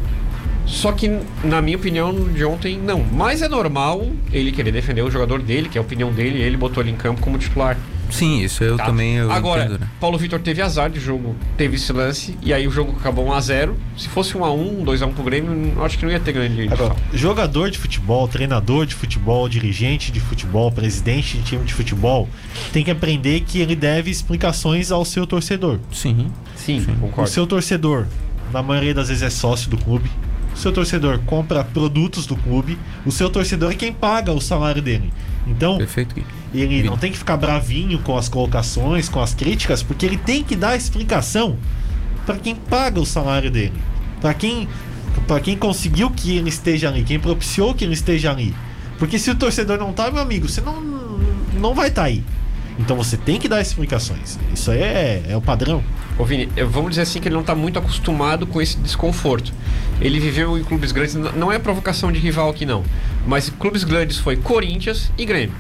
Só que, na minha opinião, de ontem, não. Mas é normal ele querer defender o jogador dele, que é a opinião dele, e ele botou ele em campo como titular. Sim, isso eu Tá. também eu Agora, entendo, né? Paulo Vitor teve azar de jogo, teve esse lance, e aí o jogo acabou um a zero. Se fosse um a um, dois a um pro Grêmio, eu acho que não ia ter grande. Agora, jogador de futebol, treinador de futebol, dirigente de futebol, presidente de time de futebol, tem que aprender que ele deve explicações ao seu torcedor. Sim. Sim, O concordo. seu torcedor, na maioria das vezes, é sócio do clube. O seu torcedor compra produtos do clube. O seu torcedor é quem paga o salário dele. Então, Perfeito, Gui. ele Vini. não tem que ficar bravinho com as colocações, com as críticas, porque ele tem que dar explicação para quem paga o salário dele, para quem, para quem conseguiu que ele esteja ali, quem propiciou que ele esteja ali. Porque se o torcedor não tá, meu amigo, você não, não vai estar aí. Então você tem que dar explicações. Isso aí é, é o padrão. Ô Vini, eu- vamos dizer assim que ele não tá muito acostumado com esse desconforto. Ele viveu em clubes grandes, n- não é provocação de rival aqui não, mas clubes grandes foi Corinthians e Grêmio.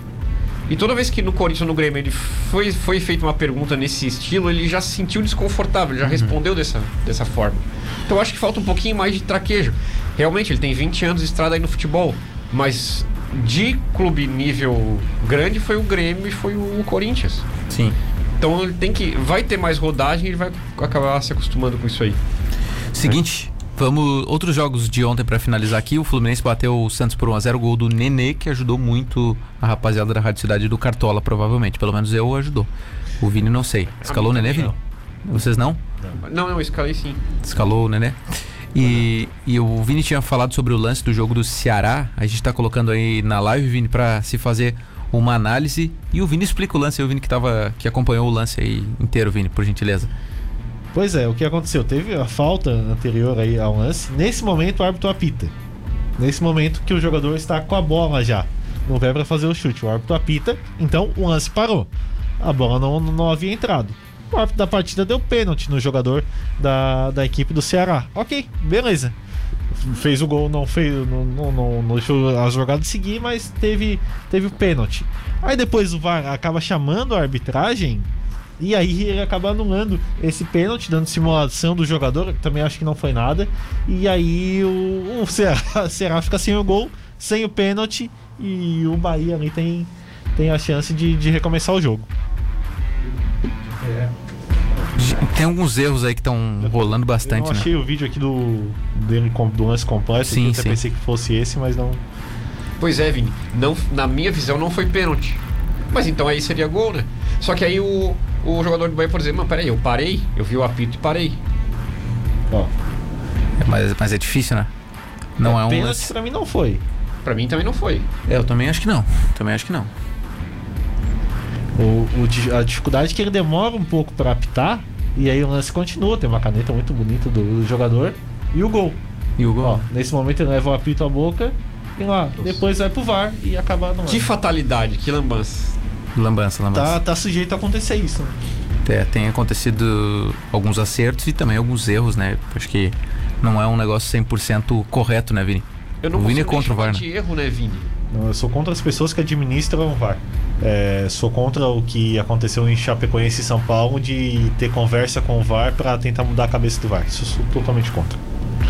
E toda vez que no Corinthians ou no Grêmio ele foi, foi feita uma pergunta nesse estilo, ele já se sentiu desconfortável, ele já respondeu dessa, dessa forma. Então eu acho que falta um pouquinho mais de traquejo. Realmente, ele tem vinte anos de estrada aí no futebol, mas de clube nível grande foi o Grêmio e foi o Corinthians. Sim. Então ele tem que. Vai ter mais rodagem e ele vai acabar se acostumando com isso aí. Seguinte, vamos. Outros jogos de ontem pra finalizar aqui. O Fluminense bateu o Santos por um a zero. Gol do Nenê, que ajudou muito a rapaziada da Rádio Cidade do Cartola, provavelmente. Pelo menos eu ajudou. O Vini não sei. Escalou o Nenê, Vini? Vocês não? Não, não, eu escalei sim. Escalou o Nenê? E, e o Vini tinha falado sobre o lance do jogo do Ceará. A gente tá colocando aí na live, Vini, pra se fazer uma análise. E o Vini explica o lance. O Vini que, tava, que acompanhou o lance aí inteiro, Vini, por gentileza. Pois é, o que aconteceu? Teve a falta anterior aí ao lance. Nesse momento o árbitro apita. Nesse momento que o jogador está com a bola já. Não vai para fazer o chute. O árbitro apita, então o lance parou. A bola não, não havia entrado. O árbitro da partida deu pênalti no jogador da, da equipe do Ceará. Ok, beleza. Fez o gol, não fez, não, não, não, não deixou a jogada seguir, mas teve, teve o pênalti. Aí depois o V A R acaba chamando a arbitragem. E aí ele acaba anulando esse pênalti, dando simulação do jogador, que também acho que não foi nada. E aí o, o Ceará, Ceará fica sem o gol, sem o pênalti, e o Bahia ali tem, tem a chance de, de recomeçar o jogo. É. Tem alguns erros aí que estão rolando bastante, eu não achei né? o vídeo aqui do, dele, do lance completo, Sim, eu até sim. pensei que fosse esse, mas não. Pois é, Vini. Não, na minha visão não foi pênalti. Mas então aí seria gol, né? Só que aí o, o jogador do Bahia pode dizer, mas peraí, eu parei, eu vi o apito e parei. Ó. É, mas, mas é difícil, né? Não é, é um pênalti lance... pra mim não foi. Pra mim também não foi. É, eu também acho que não. Também acho que não. O, o, a dificuldade é que ele demora um pouco para apitar, e aí o lance continua, tem uma caneta muito bonita do, do jogador, e o gol. E o gol? Ó, nesse momento ele leva o apito à boca, e lá, depois vai pro V A R e acaba no Que fatalidade, que lambança. Lambança, lambança. Tá, tá sujeito a acontecer isso, né? É, tem acontecido alguns acertos e também alguns erros, né? Acho que não é um negócio cem por cento correto, né, Vini? Eu não o Vini é consigo contra o V A R, de né? erro, né, Vini? Não, eu sou contra as pessoas que administram o V A R. É, sou contra o que aconteceu em Chapecoense e São Paulo de ter conversa com o V A R pra tentar mudar a cabeça do V A R. Isso eu sou totalmente contra.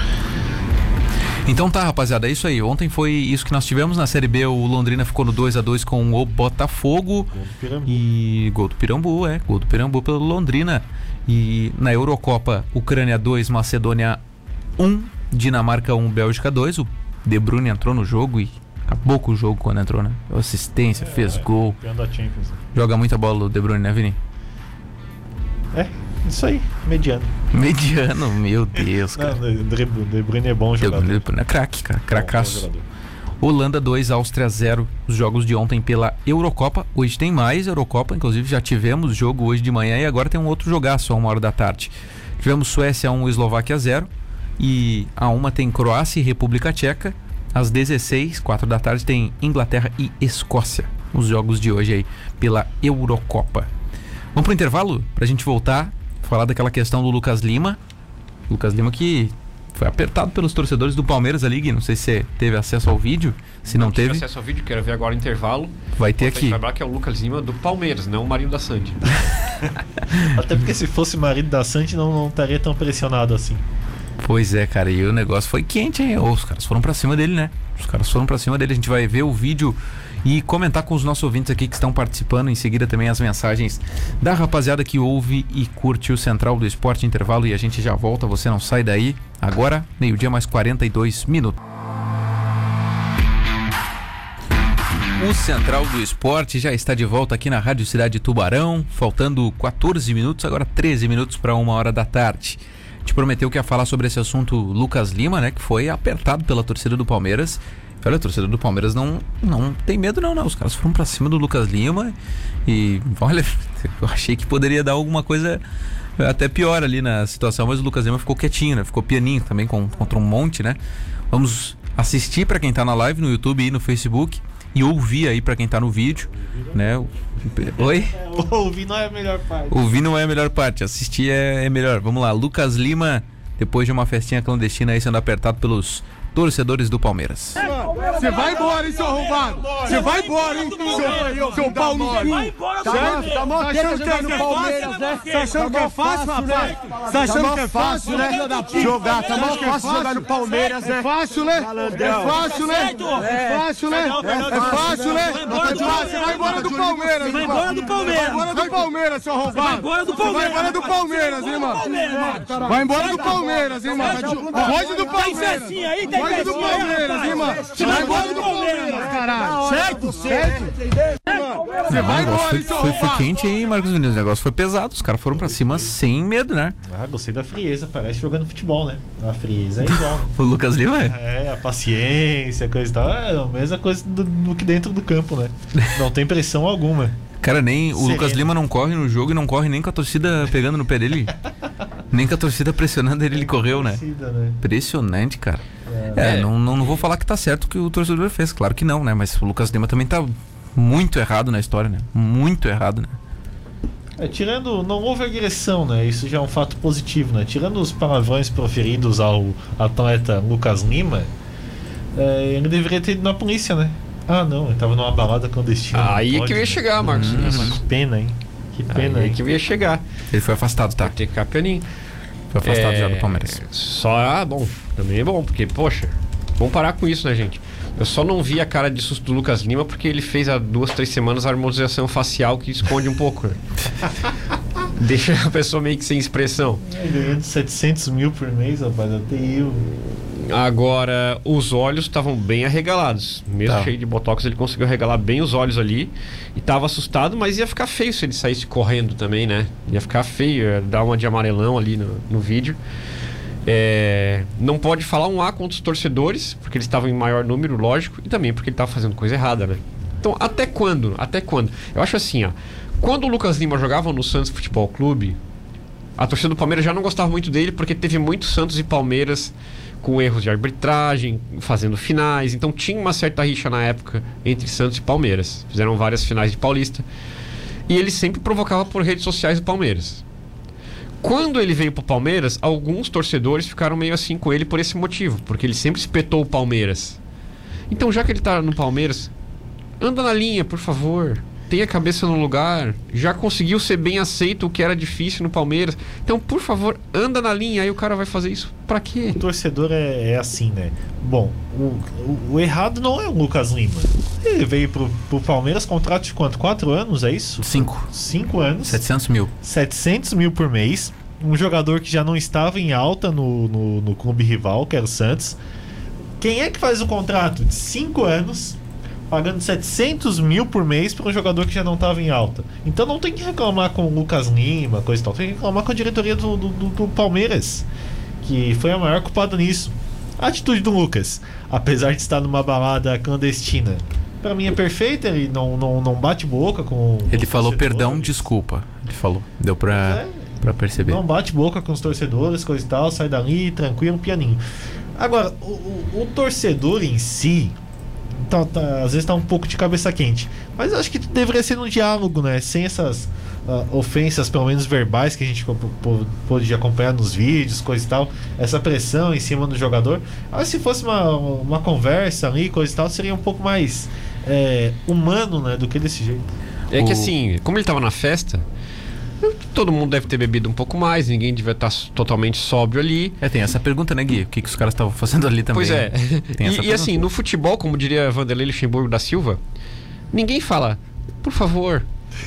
Então tá, rapaziada, é isso aí. Ontem foi isso que nós tivemos na Série B. O Londrina ficou no dois a dois com o Botafogo. Gol do Pirambu. E gol do Pirambu, é. Gol do Pirambu pelo Londrina. E na Eurocopa, Ucrânia dois, Macedônia um, Dinamarca um, Bélgica dois. O De Bruyne entrou no jogo e acabou com o jogo quando entrou, né? Assistência, é, fez é, gol. Da Champions, né? Joga muita bola o De Bruyne, né, Vini? É, isso aí, mediano. Mediano, meu Deus, cara. Não, De Bruyne é bom jogador. De Bruyne é craque, cara, cracaço. Holanda dois, Áustria zero, os jogos de ontem pela Eurocopa. Hoje tem mais Eurocopa, inclusive já tivemos jogo hoje de manhã e agora tem um outro jogaço a uma hora da tarde. Tivemos Suécia um, Eslováquia zero, e a uma tem Croácia e República Tcheca. Às dezesseis, quatro da tarde, tem Inglaterra e Escócia, os jogos de hoje aí pela Eurocopa. Vamos pro intervalo pra gente voltar, falar daquela questão do Lucas Lima. Lucas Lima que foi apertado pelos torcedores do Palmeiras ali, Gui. Não sei se você teve acesso ao vídeo. Se não, não teve, acesso ao vídeo, quero ver agora o intervalo. Vai ter aqui. Lembrar que é o Lucas Lima do Palmeiras, não o marido da Sandy. Até porque se fosse marido da Sandy não, não estaria tão pressionado assim. Pois é, cara, e o negócio foi quente, hein? Oh, os caras foram pra cima dele, né? Os caras foram pra cima dele. A gente vai ver o vídeo e comentar com os nossos ouvintes aqui que estão participando. Em seguida também as mensagens da rapaziada que ouve e curte o Central do Esporte. Intervalo e a gente já volta, você não sai daí. Agora, meio-dia mais quarenta e dois minutos. O Central do Esporte já está de volta aqui na Rádio Cidade Tubarão. Faltando quatorze minutos, agora treze minutos para uma hora da tarde. A gente prometeu que ia falar sobre esse assunto Lucas Lima, né? Que foi apertado pela torcida do Palmeiras. Olha, a torcida do Palmeiras não, não tem medo não, né? Os caras foram pra cima do Lucas Lima e, olha, eu achei que poderia dar alguma coisa até pior ali na situação, mas o Lucas Lima ficou quietinho, né? Ficou pianinho também com, contra um monte, né? Vamos assistir pra quem tá na live no YouTube e no Facebook e ouvir aí pra quem tá no vídeo, né? Oi? Ouvir não é a melhor parte. Ouvir não é a melhor parte, assistir é, é melhor. Vamos lá, Lucas Lima, depois de uma festinha clandestina aí sendo apertado pelos torcedores do Palmeiras. Você vai embora, hein, seu arrombado? Você vai embora, hein, seu, seu pau no cu. Vai embora do Palmeiras. Tá mal achando que é no Palmeiras, né? Tá achando que é fácil, rapaz? Tá achando que é fácil, né? Jogar, tá mal fácil jogar no Palmeiras, né? É fácil, né? É fácil, né? É fácil, né? É fácil, né? Você vai embora do Palmeiras, vai embora do Palmeiras. Vai embora do Palmeiras, seu arrombado. Vai embora do Palmeiras. Vai embora do Palmeiras, hein, mano? Vai embora do Palmeiras, hein, mano? Foge do Palmeiras. Foge do Palmeiras, hein, mano? Você vai embora do Palmeiras, caralho. Certo? Certo? Você vai embora, então. Foi, foi quente, hein, Marcos Vinícius? O negócio foi pesado. Os caras foram pra cima sem medo, né? Ah, gostei da frieza. Parece jogando futebol, né? A frieza é igual. O Lucas Lima é? É, a paciência, coisa e tal. É a mesma coisa do, do que dentro do campo, né? Não tem pressão alguma. Cara, nem o Sereno. Lucas Lima não corre no jogo e não corre nem com a torcida pegando no pé dele. Nem com a torcida pressionando ele, ele correu, né? Torcida, né? Impressionante, cara. É, é não, não, não vou falar que tá certo o que o torcedor fez, claro que não, né? Mas o Lucas Lima também tá muito errado na história, né? Muito errado, né? É, tirando, não houve agressão, né? Isso já é um fato positivo, né? Tirando os palavrões proferidos ao atleta Lucas Lima, é, ele deveria ter ido na polícia, né? Ah, não, ele tava numa balada clandestina. Aí é pode, que eu ia né? chegar, Marcos. Hum, que pena, hein? Que pena, Aí hein? é que eu ia chegar. Ele foi afastado, tá? Vai ter que ficar pianinho. Foi afastado é, já do Palmeiras. Só, ah, bom, também é bom, porque, poxa, vamos parar com isso, né, gente? Eu só não vi a cara de susto do Lucas Lima porque ele fez há duas, três semanas a harmonização facial que esconde um pouco, né? Deixa a pessoa meio que sem expressão. É, ganhando setecentos mil por mês, rapaz, até eu. Agora, os olhos estavam bem arregalados. Mesmo Tá. cheio de botox, ele conseguiu arregalar bem os olhos ali. E tava assustado, mas ia ficar feio se ele saísse correndo também, né? Ia ficar feio, ia dar uma de amarelão ali no, no vídeo. É, não pode falar um A contra os torcedores, porque eles estavam em maior número, lógico, e também porque ele estava fazendo coisa errada, né? Então, até quando? Até quando? Eu acho assim, ó. Quando o Lucas Lima jogava no Santos Futebol Clube, a torcida do Palmeiras já não gostava muito dele, porque teve muitos Santos e Palmeiras com erros de arbitragem, fazendo finais. Então tinha uma certa rixa na época entre Santos e Palmeiras. Fizeram várias finais de Paulista. E ele sempre provocava por redes sociais do Palmeiras. Quando ele veio pro Palmeiras, alguns torcedores ficaram meio assim com ele por esse motivo, porque ele sempre espetou o Palmeiras. Então, já que ele tá no Palmeiras, anda na linha, por favor. Tenha a cabeça no lugar. Já conseguiu ser bem aceito, o que era difícil no Palmeiras. Então, por favor, anda na linha. Aí o cara vai fazer isso pra quê? O torcedor é, é assim, né? Bom, o, o, o errado não é o Lucas Lima. Ele veio pro, pro Palmeiras, contrato de quanto? Quatro anos, é isso? Cinco. Cinco anos. setecentos mil. setecentos mil por mês. Um jogador que já não estava em alta no, no, no clube rival, que era o Santos. Quem é que faz o contrato de cinco anos... pagando setecentos mil por mês para um jogador que já não estava em alta? Então não tem que reclamar com o Lucas Lima, coisa e tal. Tem que reclamar com a diretoria do, do, do Palmeiras, que foi a maior culpada nisso. A atitude do Lucas, apesar de estar numa balada clandestina, para mim é perfeita. Ele não, não, não bate boca com... Ele com falou perdão, desculpa. Ele falou. Deu pra, é, pra perceber. Não bate boca com os torcedores, coisa e tal. Sai dali, tranquilo, pianinho. Agora, o, o, o torcedor em si... Tá, tá, às vezes tá um pouco de cabeça quente, mas acho que deveria ser um diálogo, né? Sem essas uh, ofensas, pelo menos verbais, que a gente pôde acompanhar nos vídeos, coisa e tal. Essa pressão em cima do jogador. Mas se fosse uma, uma conversa ali, coisa e tal, seria um pouco mais é, humano, né? Do que desse jeito. É que assim, como ele tava na festa, todo mundo deve ter bebido um pouco mais, ninguém devia estar totalmente sóbrio ali. É, tem essa pergunta, né, Gui? O que, que os caras estavam fazendo ali também? Pois é. Tem essa e, e assim, no futebol, como diria Vanderlei Luxemburgo da Silva, ninguém fala, por favor,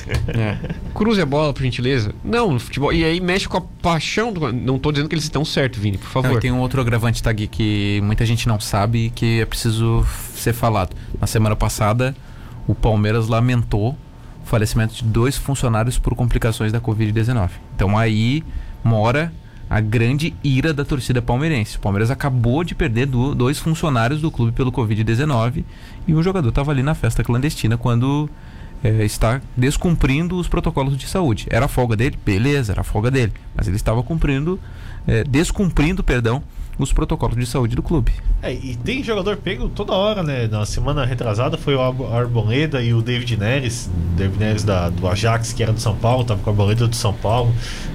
é, cruze a bola, por gentileza. Não, no futebol. E aí mexe com a paixão do... Não tô dizendo que eles estão certos, Vini, por favor. Não, tem um outro agravante, tá, Gui, que muita gente não sabe e que é preciso ser falado. Na semana passada, o Palmeiras lamentou o falecimento de dois funcionários por complicações da covid dezenove. Então aí mora a grande ira da torcida palmeirense. O Palmeiras acabou de perder do, dois funcionários do clube pelo covid dezenove e o jogador estava ali na festa clandestina quando é, está descumprindo os protocolos de saúde. Era a folga dele? Beleza, era a folga dele. Mas ele estava cumprindo, é, descumprindo, perdão, os protocolos de saúde do clube. É, e tem jogador pego toda hora, né? Na semana retrasada foi o Arboleda e o David Neres. David Neres da, do Ajax, que era do São Paulo, tava com a Arboleda do São Paulo.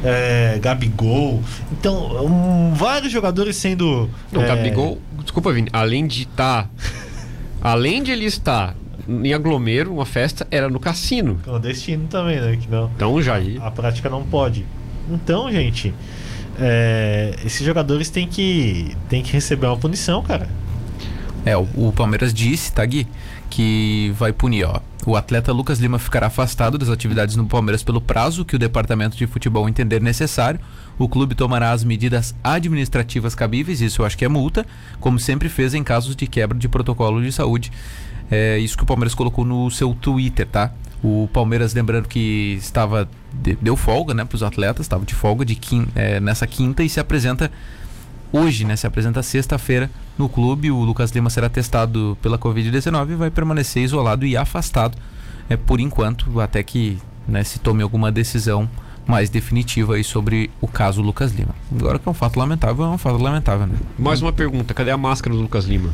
É, Gabigol. Então, um, vários jogadores sendo... Não, é... Gabigol, desculpa, Vini, além de estar... Tá, além de ele estar em aglomero, uma festa, era no cassino. Clandestino também, né? Que não, então já aí... A, a prática não pode. Então, gente... É, esses jogadores têm que, têm que receber uma punição, cara. É, o, o Palmeiras disse, tá, Gui, que vai punir, ó. O atleta Lucas Lima ficará afastado das atividades no Palmeiras pelo prazo que o departamento de futebol entender necessário. O clube tomará as medidas administrativas cabíveis, isso eu acho que é multa, como sempre fez em casos de quebra de protocolo de saúde. É isso que o Palmeiras colocou no seu Twitter, tá? O Palmeiras, lembrando que estava deu folga, né, para os atletas, estava de folga de quim, é, nessa quinta e se apresenta hoje, né, se apresenta sexta-feira no clube. O Lucas Lima será testado pela covid dezenove e vai permanecer isolado e afastado é, por enquanto, até que, né, se tome alguma decisão mais definitiva aí sobre o caso Lucas Lima. Agora que é um fato lamentável, é um fato lamentável, né? Mais uma pergunta, cadê a máscara do Lucas Lima?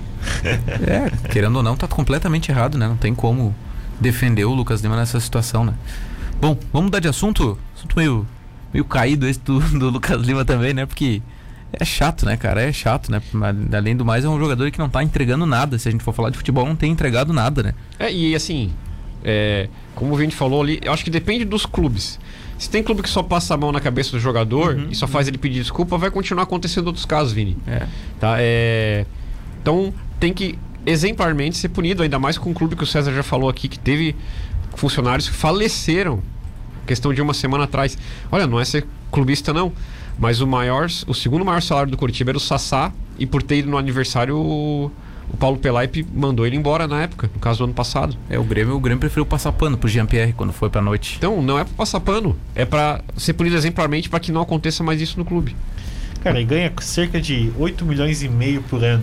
É, querendo ou não, tá completamente errado, né? Não tem como defender o Lucas Lima nessa situação, né? Bom, vamos mudar de assunto. Assunto meio, meio caído esse do, do Lucas Lima também, né? Porque é chato, né, cara? É chato, né? Além do mais, é um jogador que não tá entregando nada. Se a gente for falar de futebol, não tem entregado nada, né? É, e assim, é, como o Vini falou ali, eu acho que depende dos clubes. Se tem clube que só passa a mão na cabeça do jogador uhum, e só faz ele pedir desculpa, vai continuar acontecendo outros casos, Vini. É. Tá? É, então, tem que exemplarmente ser punido, ainda mais com um clube que o César já falou aqui, que teve funcionários que faleceram, questão de uma semana atrás. Olha, não é ser clubista não, mas o maior, o segundo maior salário do Coritiba era o Sassá, e por ter ido no aniversário o, o Paulo Pelaipe mandou ele embora na época, no caso do ano passado. É, o Grêmio, o Grêmio preferiu passar pano pro Jean-Pierre quando foi pra noite. Então, não é pra passar pano, é pra ser punido exemplarmente para que não aconteça mais isso no clube. Cara, ele ganha cerca de oito milhões e meio por ano.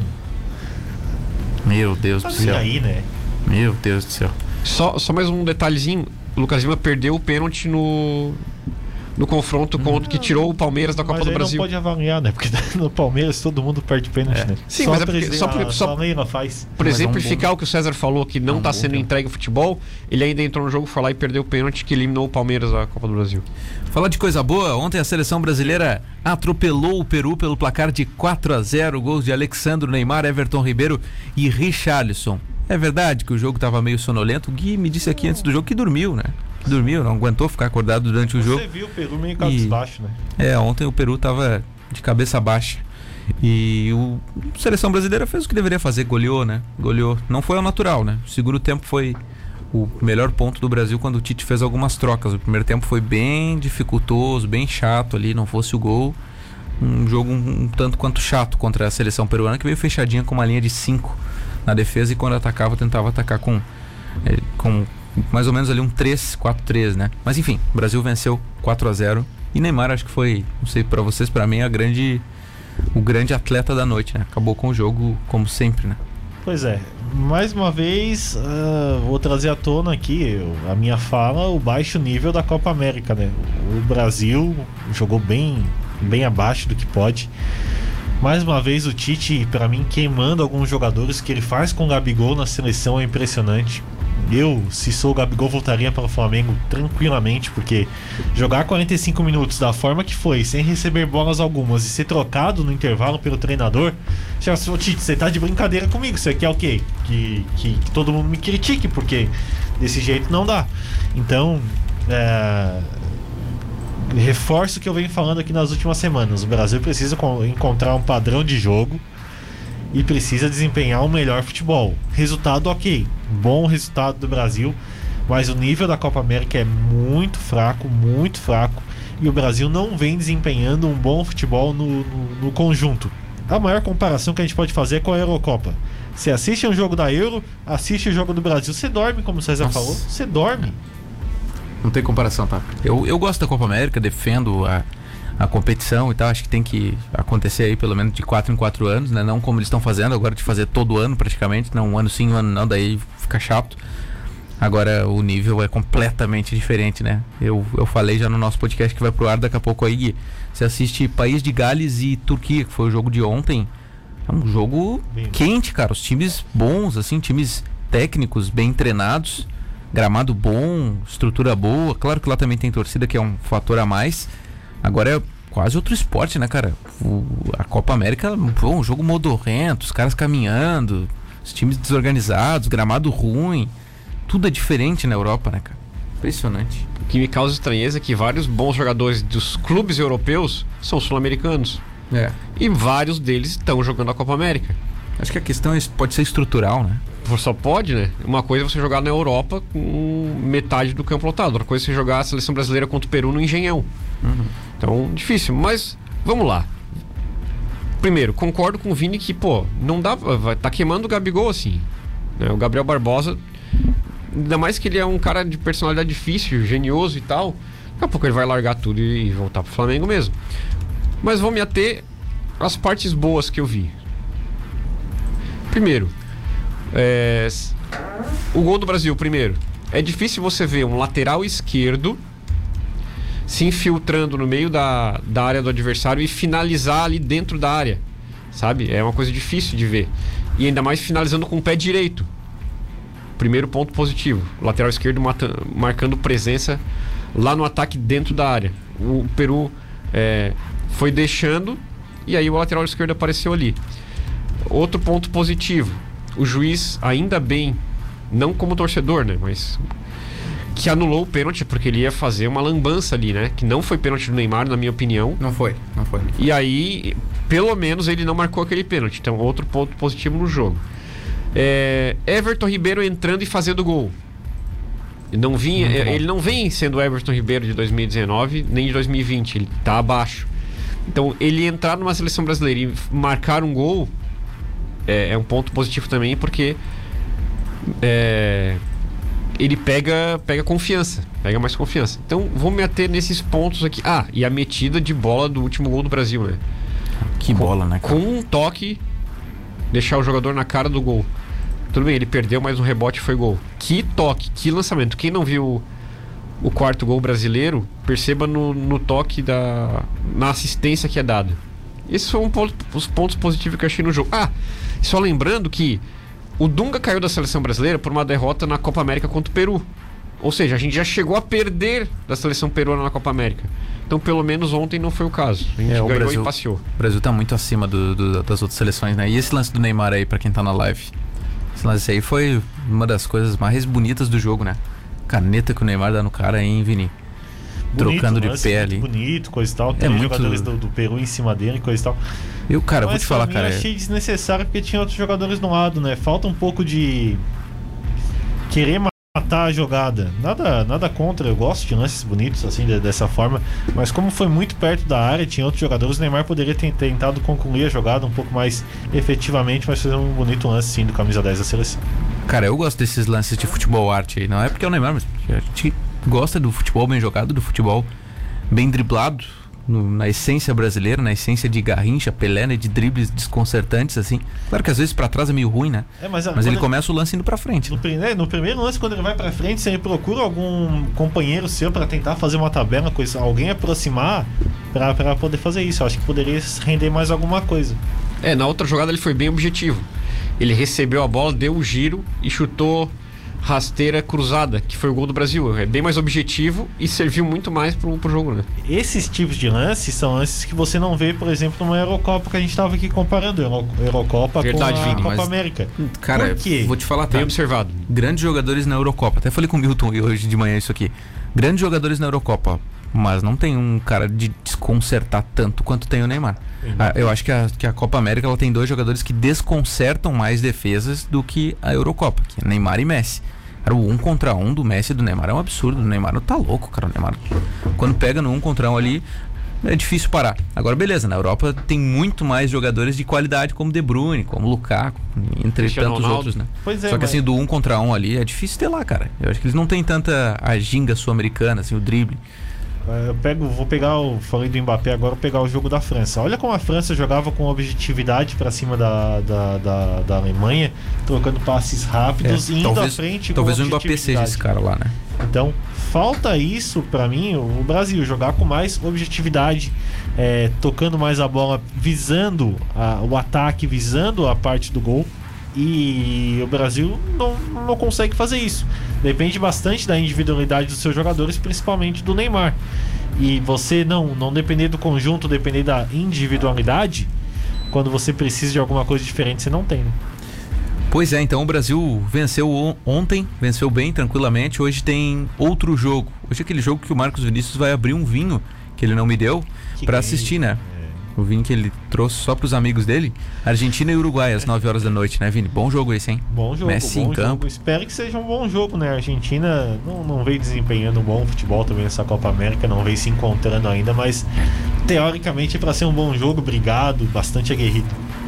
Meu Deus tá do céu. Aí, né? Meu Deus do céu. Só, só mais um detalhezinho. o Lucas Lima perdeu o pênalti no, no confronto contra, que tirou o Palmeiras da Copa Mas do aí Brasil. não pode avaliar, né? Porque no Palmeiras todo mundo perde pênalti, É. né? Sim, só mas a é porque- presi- só porque- a- só- a Leila faz. Por Mas é um exemplificar bom- o que o César falou, que não é um está bom sendo tempo. entregue ao futebol, ele ainda entrou no jogo, foi lá e perdeu o pênalti que eliminou o Palmeiras da Copa do Brasil. Falar de coisa boa, ontem a seleção brasileira atropelou o Peru pelo placar de quatro a zero, gols de Alexandro, Neymar, Everton Ribeiro e Richarlison. É verdade que o jogo estava meio sonolento. O Gui me disse aqui antes do jogo que dormiu, né? Que dormiu, não aguentou ficar acordado durante o jogo. Você viu o Peru meio cabisbaixo, né? É, ontem o Peru tava de cabeça baixa. E o a seleção brasileira fez o que deveria fazer, goleou, né? Goleou. Não foi ao natural, né? O segundo tempo foi o melhor ponto do Brasil quando o Tite fez algumas trocas. O primeiro tempo foi bem dificultoso, bem chato ali, não fosse o gol. Um jogo um, um tanto quanto chato contra a seleção peruana, que veio fechadinha com uma linha de cinco na defesa e quando atacava, tentava atacar com, é, com mais ou menos ali um três, quatro três, né? Mas enfim, o Brasil venceu quatro a zero e Neymar acho que foi, não sei pra vocês, pra mim a grande, o grande atleta da noite, né? Acabou com o jogo como sempre, né? Pois é, mais uma vez uh, vou trazer à tona aqui eu, a minha fala, o baixo nível da Copa América, né? O Brasil jogou bem, bem abaixo do que pode. Mais uma vez o Tite, pra mim, queimando alguns jogadores que ele faz com o Gabigol na seleção é impressionante. Eu, se sou o Gabigol, voltaria para o Flamengo tranquilamente, porque jogar quarenta e cinco minutos da forma que foi, sem receber bolas algumas e ser trocado no intervalo pelo treinador, já falou, Tite, você tá de brincadeira comigo, você quer o quê? Que, que, que todo mundo me critique, porque desse jeito não dá. Então, é... reforço o que eu venho falando aqui nas últimas semanas. O Brasil precisa encontrar um padrão de jogo e precisa desempenhar um melhor futebol. Resultado ok, bom resultado do Brasil, mas o nível da Copa América é muito fraco, muito fraco, e o Brasil não vem desempenhando um bom futebol no, no, no conjunto. A maior comparação que a gente pode fazer é com a Eurocopa. Você assiste um jogo da Euro, assiste o jogo do Brasil, você dorme, como o César Nossa. falou, você dorme. Não tem comparação, tá? Eu, eu gosto da Copa América, defendo a, a competição e tal. Acho que tem que acontecer aí pelo menos de quatro em quatro anos, né? Não como eles estão fazendo agora, de fazer todo ano praticamente. Não, um ano sim, um ano não, daí fica chato. Agora o nível é completamente diferente, né? Eu, eu falei já no nosso podcast que vai pro ar daqui a pouco aí, Gui. Você assiste País de Gales e Turquia, que foi o jogo de ontem. É um jogo Bem, quente, cara. Os times bons, assim, times técnicos, bem treinados. Gramado bom, estrutura boa. Claro que lá também tem torcida, que é um fator a mais. Agora é quase outro esporte, né, cara? O, a Copa América, pô, um jogo modorrento, os caras caminhando, os times desorganizados, gramado ruim. Tudo é diferente na Europa, né, cara? Impressionante. O que me causa estranheza é que vários bons jogadores dos clubes europeus são sul-americanos. É. E vários deles estão jogando a Copa América. Acho que a questão é, pode ser estrutural, né? Só pode, né? Uma coisa é você jogar na Europa com metade do campo lotado. Outra coisa é você jogar a seleção brasileira contra o Peru no Engenhão. Uhum. Então, difícil. Mas, vamos lá. Primeiro, concordo com o Vini que, pô, não dá... Vai, tá queimando o Gabigol, assim. Né? O Gabriel Barbosa, ainda mais que ele é um cara de personalidade difícil, genioso e tal, daqui a pouco ele vai largar tudo e voltar pro Flamengo mesmo. Mas vou me ater às partes boas que eu vi. Primeiro, é, o gol do Brasil, primeiro. É difícil você ver um lateral esquerdo se infiltrando no meio da, da área do adversário e finalizar ali dentro da área, sabe? É uma coisa difícil de ver. E ainda mais finalizando com o pé direito. Primeiro ponto positivo. O lateral esquerdo mata, marcando presença lá no ataque dentro da área. O Peru é, foi deixando e aí o lateral esquerdo apareceu ali. Outro ponto positivo. O juiz, ainda bem, não como torcedor, né? Mas que anulou o pênalti, porque ele ia fazer uma lambança ali, né? Que não foi pênalti do Neymar, na minha opinião. Não foi, não foi. E aí, pelo menos, ele não marcou aquele pênalti. Então, outro ponto positivo no jogo. É, Everton Ribeiro entrando e fazendo gol. Não vinha, ele não vem sendo o Everton Ribeiro de dois mil e dezenove, nem de dois mil e vinte. Ele tá abaixo. Então, ele entrar numa seleção brasileira e marcar um gol é, é um ponto positivo também, porque é, ele pega, pega confiança, pega mais confiança. Então, vou me ater nesses pontos aqui. Ah, e a metida de bola do último gol do Brasil, né? Que bola, né, cara? Com um toque, deixar o jogador na cara do gol. Tudo bem, ele perdeu, mas um rebote foi gol. Que toque, que lançamento. Quem não viu o quarto gol brasileiro, perceba no, no toque da... na assistência que é dada. Esses foram um ponto, os pontos positivos que eu achei no jogo. Ah, só lembrando que o Dunga caiu da seleção brasileira por uma derrota na Copa América contra o Peru. Ou seja, a gente já chegou a perder da seleção peruana na Copa América. Então, pelo menos ontem não foi o caso. A gente é, ganhou Brasil, e passeou. O Brasil tá muito acima do, do, das outras seleções, né? E esse lance do Neymar aí, pra quem tá na live? Esse lance aí foi uma das coisas mais bonitas do jogo, né? Caneta que o Neymar dá no cara aí, hein, Vini? Bonito, trocando de pé ali. Bonito, coisa e tal. Tem é jogadores muito... do, do Peru em cima dele, coisa e tal. Eu, cara, mas vou te falar, mim, cara. Eu achei desnecessário porque tinha outros jogadores no lado, né? Falta um pouco de querer matar a jogada. Nada, nada contra, eu gosto de lances bonitos assim, de, dessa forma. Mas como foi muito perto da área, tinha outros jogadores, o Neymar poderia ter tentado concluir a jogada um pouco mais efetivamente, mas fazer um bonito lance sim do camisa dez da seleção. Cara, eu gosto desses lances de futebol arte aí. Não é porque é o Neymar, mas a gente gosta do futebol bem jogado, do futebol bem driblado, no, na essência brasileira, na essência de Garrincha, Pelé, né, de dribles desconcertantes, assim. Claro que às vezes pra trás é meio ruim, né? É, mas mas ele, ele começa o lance indo pra frente. No, né? no primeiro lance, quando ele vai pra frente, você procura algum companheiro seu pra tentar fazer uma tabela, coisa, alguém aproximar pra, pra poder fazer isso. Eu acho que poderia render mais alguma coisa. É, na outra jogada ele foi bem objetivo. Ele recebeu a bola, deu o giro e chutou rasteira cruzada, que foi o gol do Brasil. É bem mais objetivo e serviu muito mais pro, pro jogo, né? Esses tipos de lances são lances que você não vê, por exemplo, numa Eurocopa que a gente estava aqui comparando. Euro, Eurocopa Verdade, com a Vini, Copa mas... América. Cara, por quê? Vou te falar, tá? Bem observado. Grandes jogadores na Eurocopa. Até falei com o Milton hoje de manhã isso aqui. Grandes jogadores na Eurocopa, mas não tem um cara de desconcertar tanto quanto tem o Neymar. Ah, eu acho que a, que a Copa América ela tem dois jogadores que desconcertam mais defesas do que a Eurocopa, que é Neymar e Messi. Cara, o um contra um do Messi e do Neymar é um absurdo. O Neymar tá louco, cara. O Neymar, quando pega no um contra um ali, é difícil parar. Agora, beleza, na Europa tem muito mais jogadores de qualidade, como De Bruyne, como Lukaku, entre Cristiano tantos Ronaldo. outros, né? Pois é, Só que mas... assim, do um contra um ali é difícil ter lá, cara. Eu acho que eles não têm tanta a ginga sul-americana, assim, o drible. Eu pego, vou pegar o. Falei do Mbappé agora, vou pegar o jogo da França. Olha como a França jogava com objetividade pra cima da, da, da, da Alemanha, trocando passes rápidos É, e indo talvez, à frente. Talvez com o Mbappé seja esse cara lá, né? Então, falta isso pra mim, o Brasil, jogar com mais objetividade, é, tocando mais a bola, visando a, o ataque, visando a parte do gol. E o Brasil não, não consegue fazer isso. Depende bastante da individualidade dos seus jogadores, principalmente do Neymar. E você não, não depender do conjunto, depender da individualidade, quando você precisa de alguma coisa diferente, você não tem, né? Pois é, então o Brasil venceu on- ontem, venceu bem, tranquilamente. Hoje tem outro jogo. Hoje é aquele jogo que o Marcos Vinícius vai abrir um vinho que ele não me deu Que pra que assistir, né? O vinho que ele trouxe só pros amigos dele. Argentina e Uruguai às nove horas da noite, né, Vini? Bom jogo esse, hein? Bom jogo, Messi bom em campo. jogo. Espero que seja um bom jogo, né? A Argentina não, não veio desempenhando um bom futebol também nessa Copa América, não veio se encontrando ainda, mas teoricamente é pra ser um bom jogo, brigado, bastante aguerrido.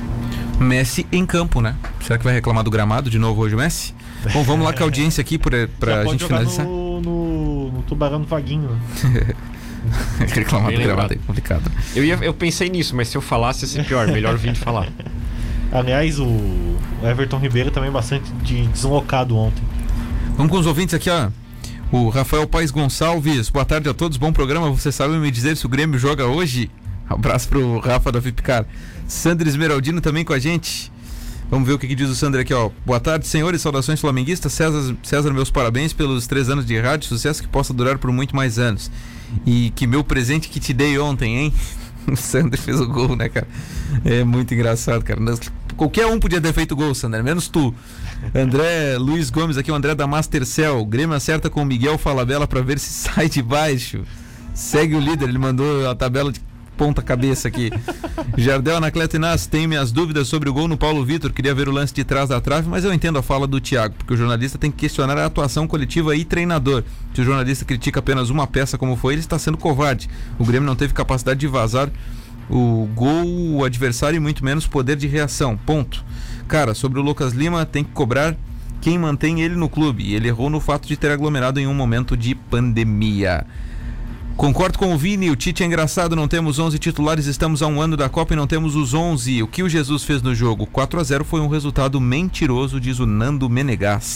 Messi em campo, né? Será que vai reclamar do gramado de novo hoje o Messi? Bom, vamos lá com a audiência aqui pra, pra Já gente pode jogar finalizar. no, no, no Tubarão do Vaguinho, né? Reclamar Bem do gramado lembrado. é complicado. Eu, ia, eu pensei nisso, mas se eu falasse ia ser pior. Melhor vir de falar. Aliás, o o Everton Ribeiro também bastante de deslocado ontem. Vamos com os ouvintes aqui, ó. O Rafael Paes Gonçalves, boa tarde a todos, bom programa. Você sabe me dizer se o Grêmio joga hoje? Abraço pro Rafa da Vipcar. Sandro Esmeraldino também com a gente. Vamos ver o que, que diz o Sandro aqui, ó. Boa tarde, senhores, saudações flamenguistas. César, César, meus parabéns pelos três anos de rádio, sucesso que possa durar por muito mais anos. E que meu presente que te dei ontem, hein? O Sandro fez o gol, né, cara? É muito engraçado, cara. Qualquer um podia ter feito o gol, Sandro, menos tu. André Luiz Gomes aqui, o André da Mastercell. Grêmio acerta com o Miguel Falabella pra ver se sai de baixo. Segue o líder, ele mandou a tabela de ponta cabeça aqui. Jardel Anacleto Inácio, tenho minhas dúvidas sobre o gol no Paulo Vitor, queria ver o lance de trás da trave, mas eu entendo a fala do Thiago, porque o jornalista tem que questionar a atuação coletiva e treinador. Se o jornalista critica apenas uma peça como foi, ele está sendo covarde. O Grêmio não teve capacidade de vazar o gol, o adversário e muito menos poder de reação, ponto. Cara, sobre o Lucas Lima, tem que cobrar quem mantém ele no clube, e ele errou no fato de ter aglomerado em um momento de pandemia. Concordo com o Vini, o Tite é engraçado, não temos onze titulares, estamos a um ano da Copa e não temos os onze. O que o Jesus fez no jogo? quatro a zero foi um resultado mentiroso, diz o Nando Menegas.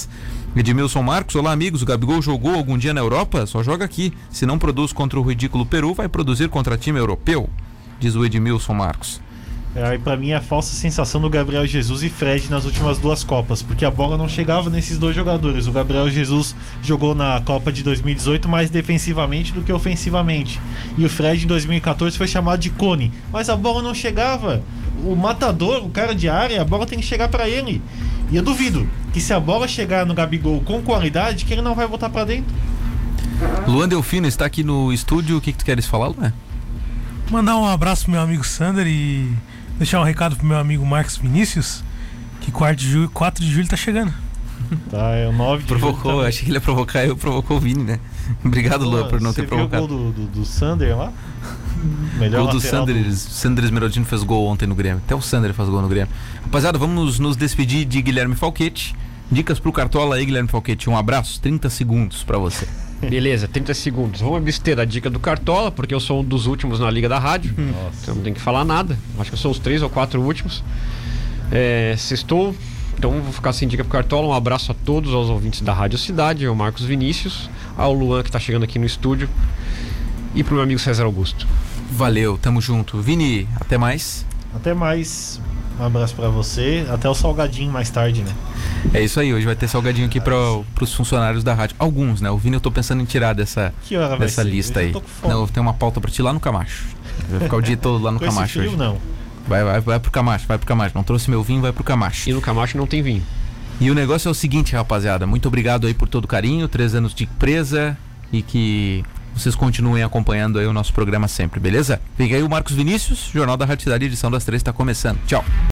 Edmilson Marcos, olá amigos, o Gabigol jogou algum dia na Europa? Só joga aqui. Se não produz contra o ridículo Peru, vai produzir contra time europeu, diz o Edmilson Marcos. É, aí pra mim é a falsa sensação do Gabriel Jesus e Fred nas últimas duas Copas, porque a bola não chegava nesses dois jogadores. O Gabriel Jesus jogou na Copa de dois mil e dezoito mais defensivamente do que ofensivamente, e o Fred em dois mil e quatorze foi chamado de cone, mas a bola não chegava. O matador, o cara de área, a bola tem que chegar pra ele. E eu duvido que se a bola chegar no Gabigol com qualidade, que ele não vai botar pra dentro. Luan Delfino está aqui no estúdio, o que, que tu queres falar, Luan? Mandar um abraço pro meu amigo Sander e deixar um recado pro meu amigo Marcos Vinícius, que quatro de julho, quatro de julho tá chegando. Tá, é o nove de Provocou, julho, achei que ele ia provocar, eu provocou o Vini, né? Obrigado, Luan, por não ter provocado. Você viu o gol do, do, do Sander lá? Melhor gol do lateral Sander, do... Sander Esmeraldino fez gol ontem no Grêmio. Até o Sander faz gol no Grêmio. Rapaziada, vamos nos, nos despedir de Guilherme Falquete. Dicas pro Cartola aí, Guilherme Falquete. Um abraço, trinta segundos pra você. Beleza, trinta segundos. Vamos abster da dica do Cartola, porque eu sou um dos últimos na Liga da Rádio. Nossa. Então não tem que falar nada. Acho que eu sou os três ou quatro últimos. É, sextou. Então vou ficar sem dica pro Cartola. Um abraço a todos, aos ouvintes da Rádio Cidade, ao Marcos Vinícius, ao Luan que tá chegando aqui no estúdio, e pro meu amigo César Augusto. Valeu, tamo junto. Vini, até mais. Até mais. Um abraço pra você. Até o salgadinho mais tarde, né? É isso aí, hoje vai ter salgadinho aqui para os funcionários da rádio. Alguns, né? O Vini eu tô pensando em tirar dessa, dessa lista aí. Não, tem uma pauta pra ti lá no Camacho. Vai ficar o dia todo lá no Com Camacho esse frio, hoje. não. Vai, vai, vai pro Camacho, vai pro Camacho. Não trouxe meu vinho, vai pro Camacho. E no Camacho não tem vinho. E o negócio é o seguinte, rapaziada. Muito obrigado aí por todo o carinho. Três anos de empresa e que vocês continuem acompanhando aí o nosso programa sempre, beleza? Fica aí o Marcos Vinícius, Jornal da Rádio Cidade, edição das três, tá começando. Tchau.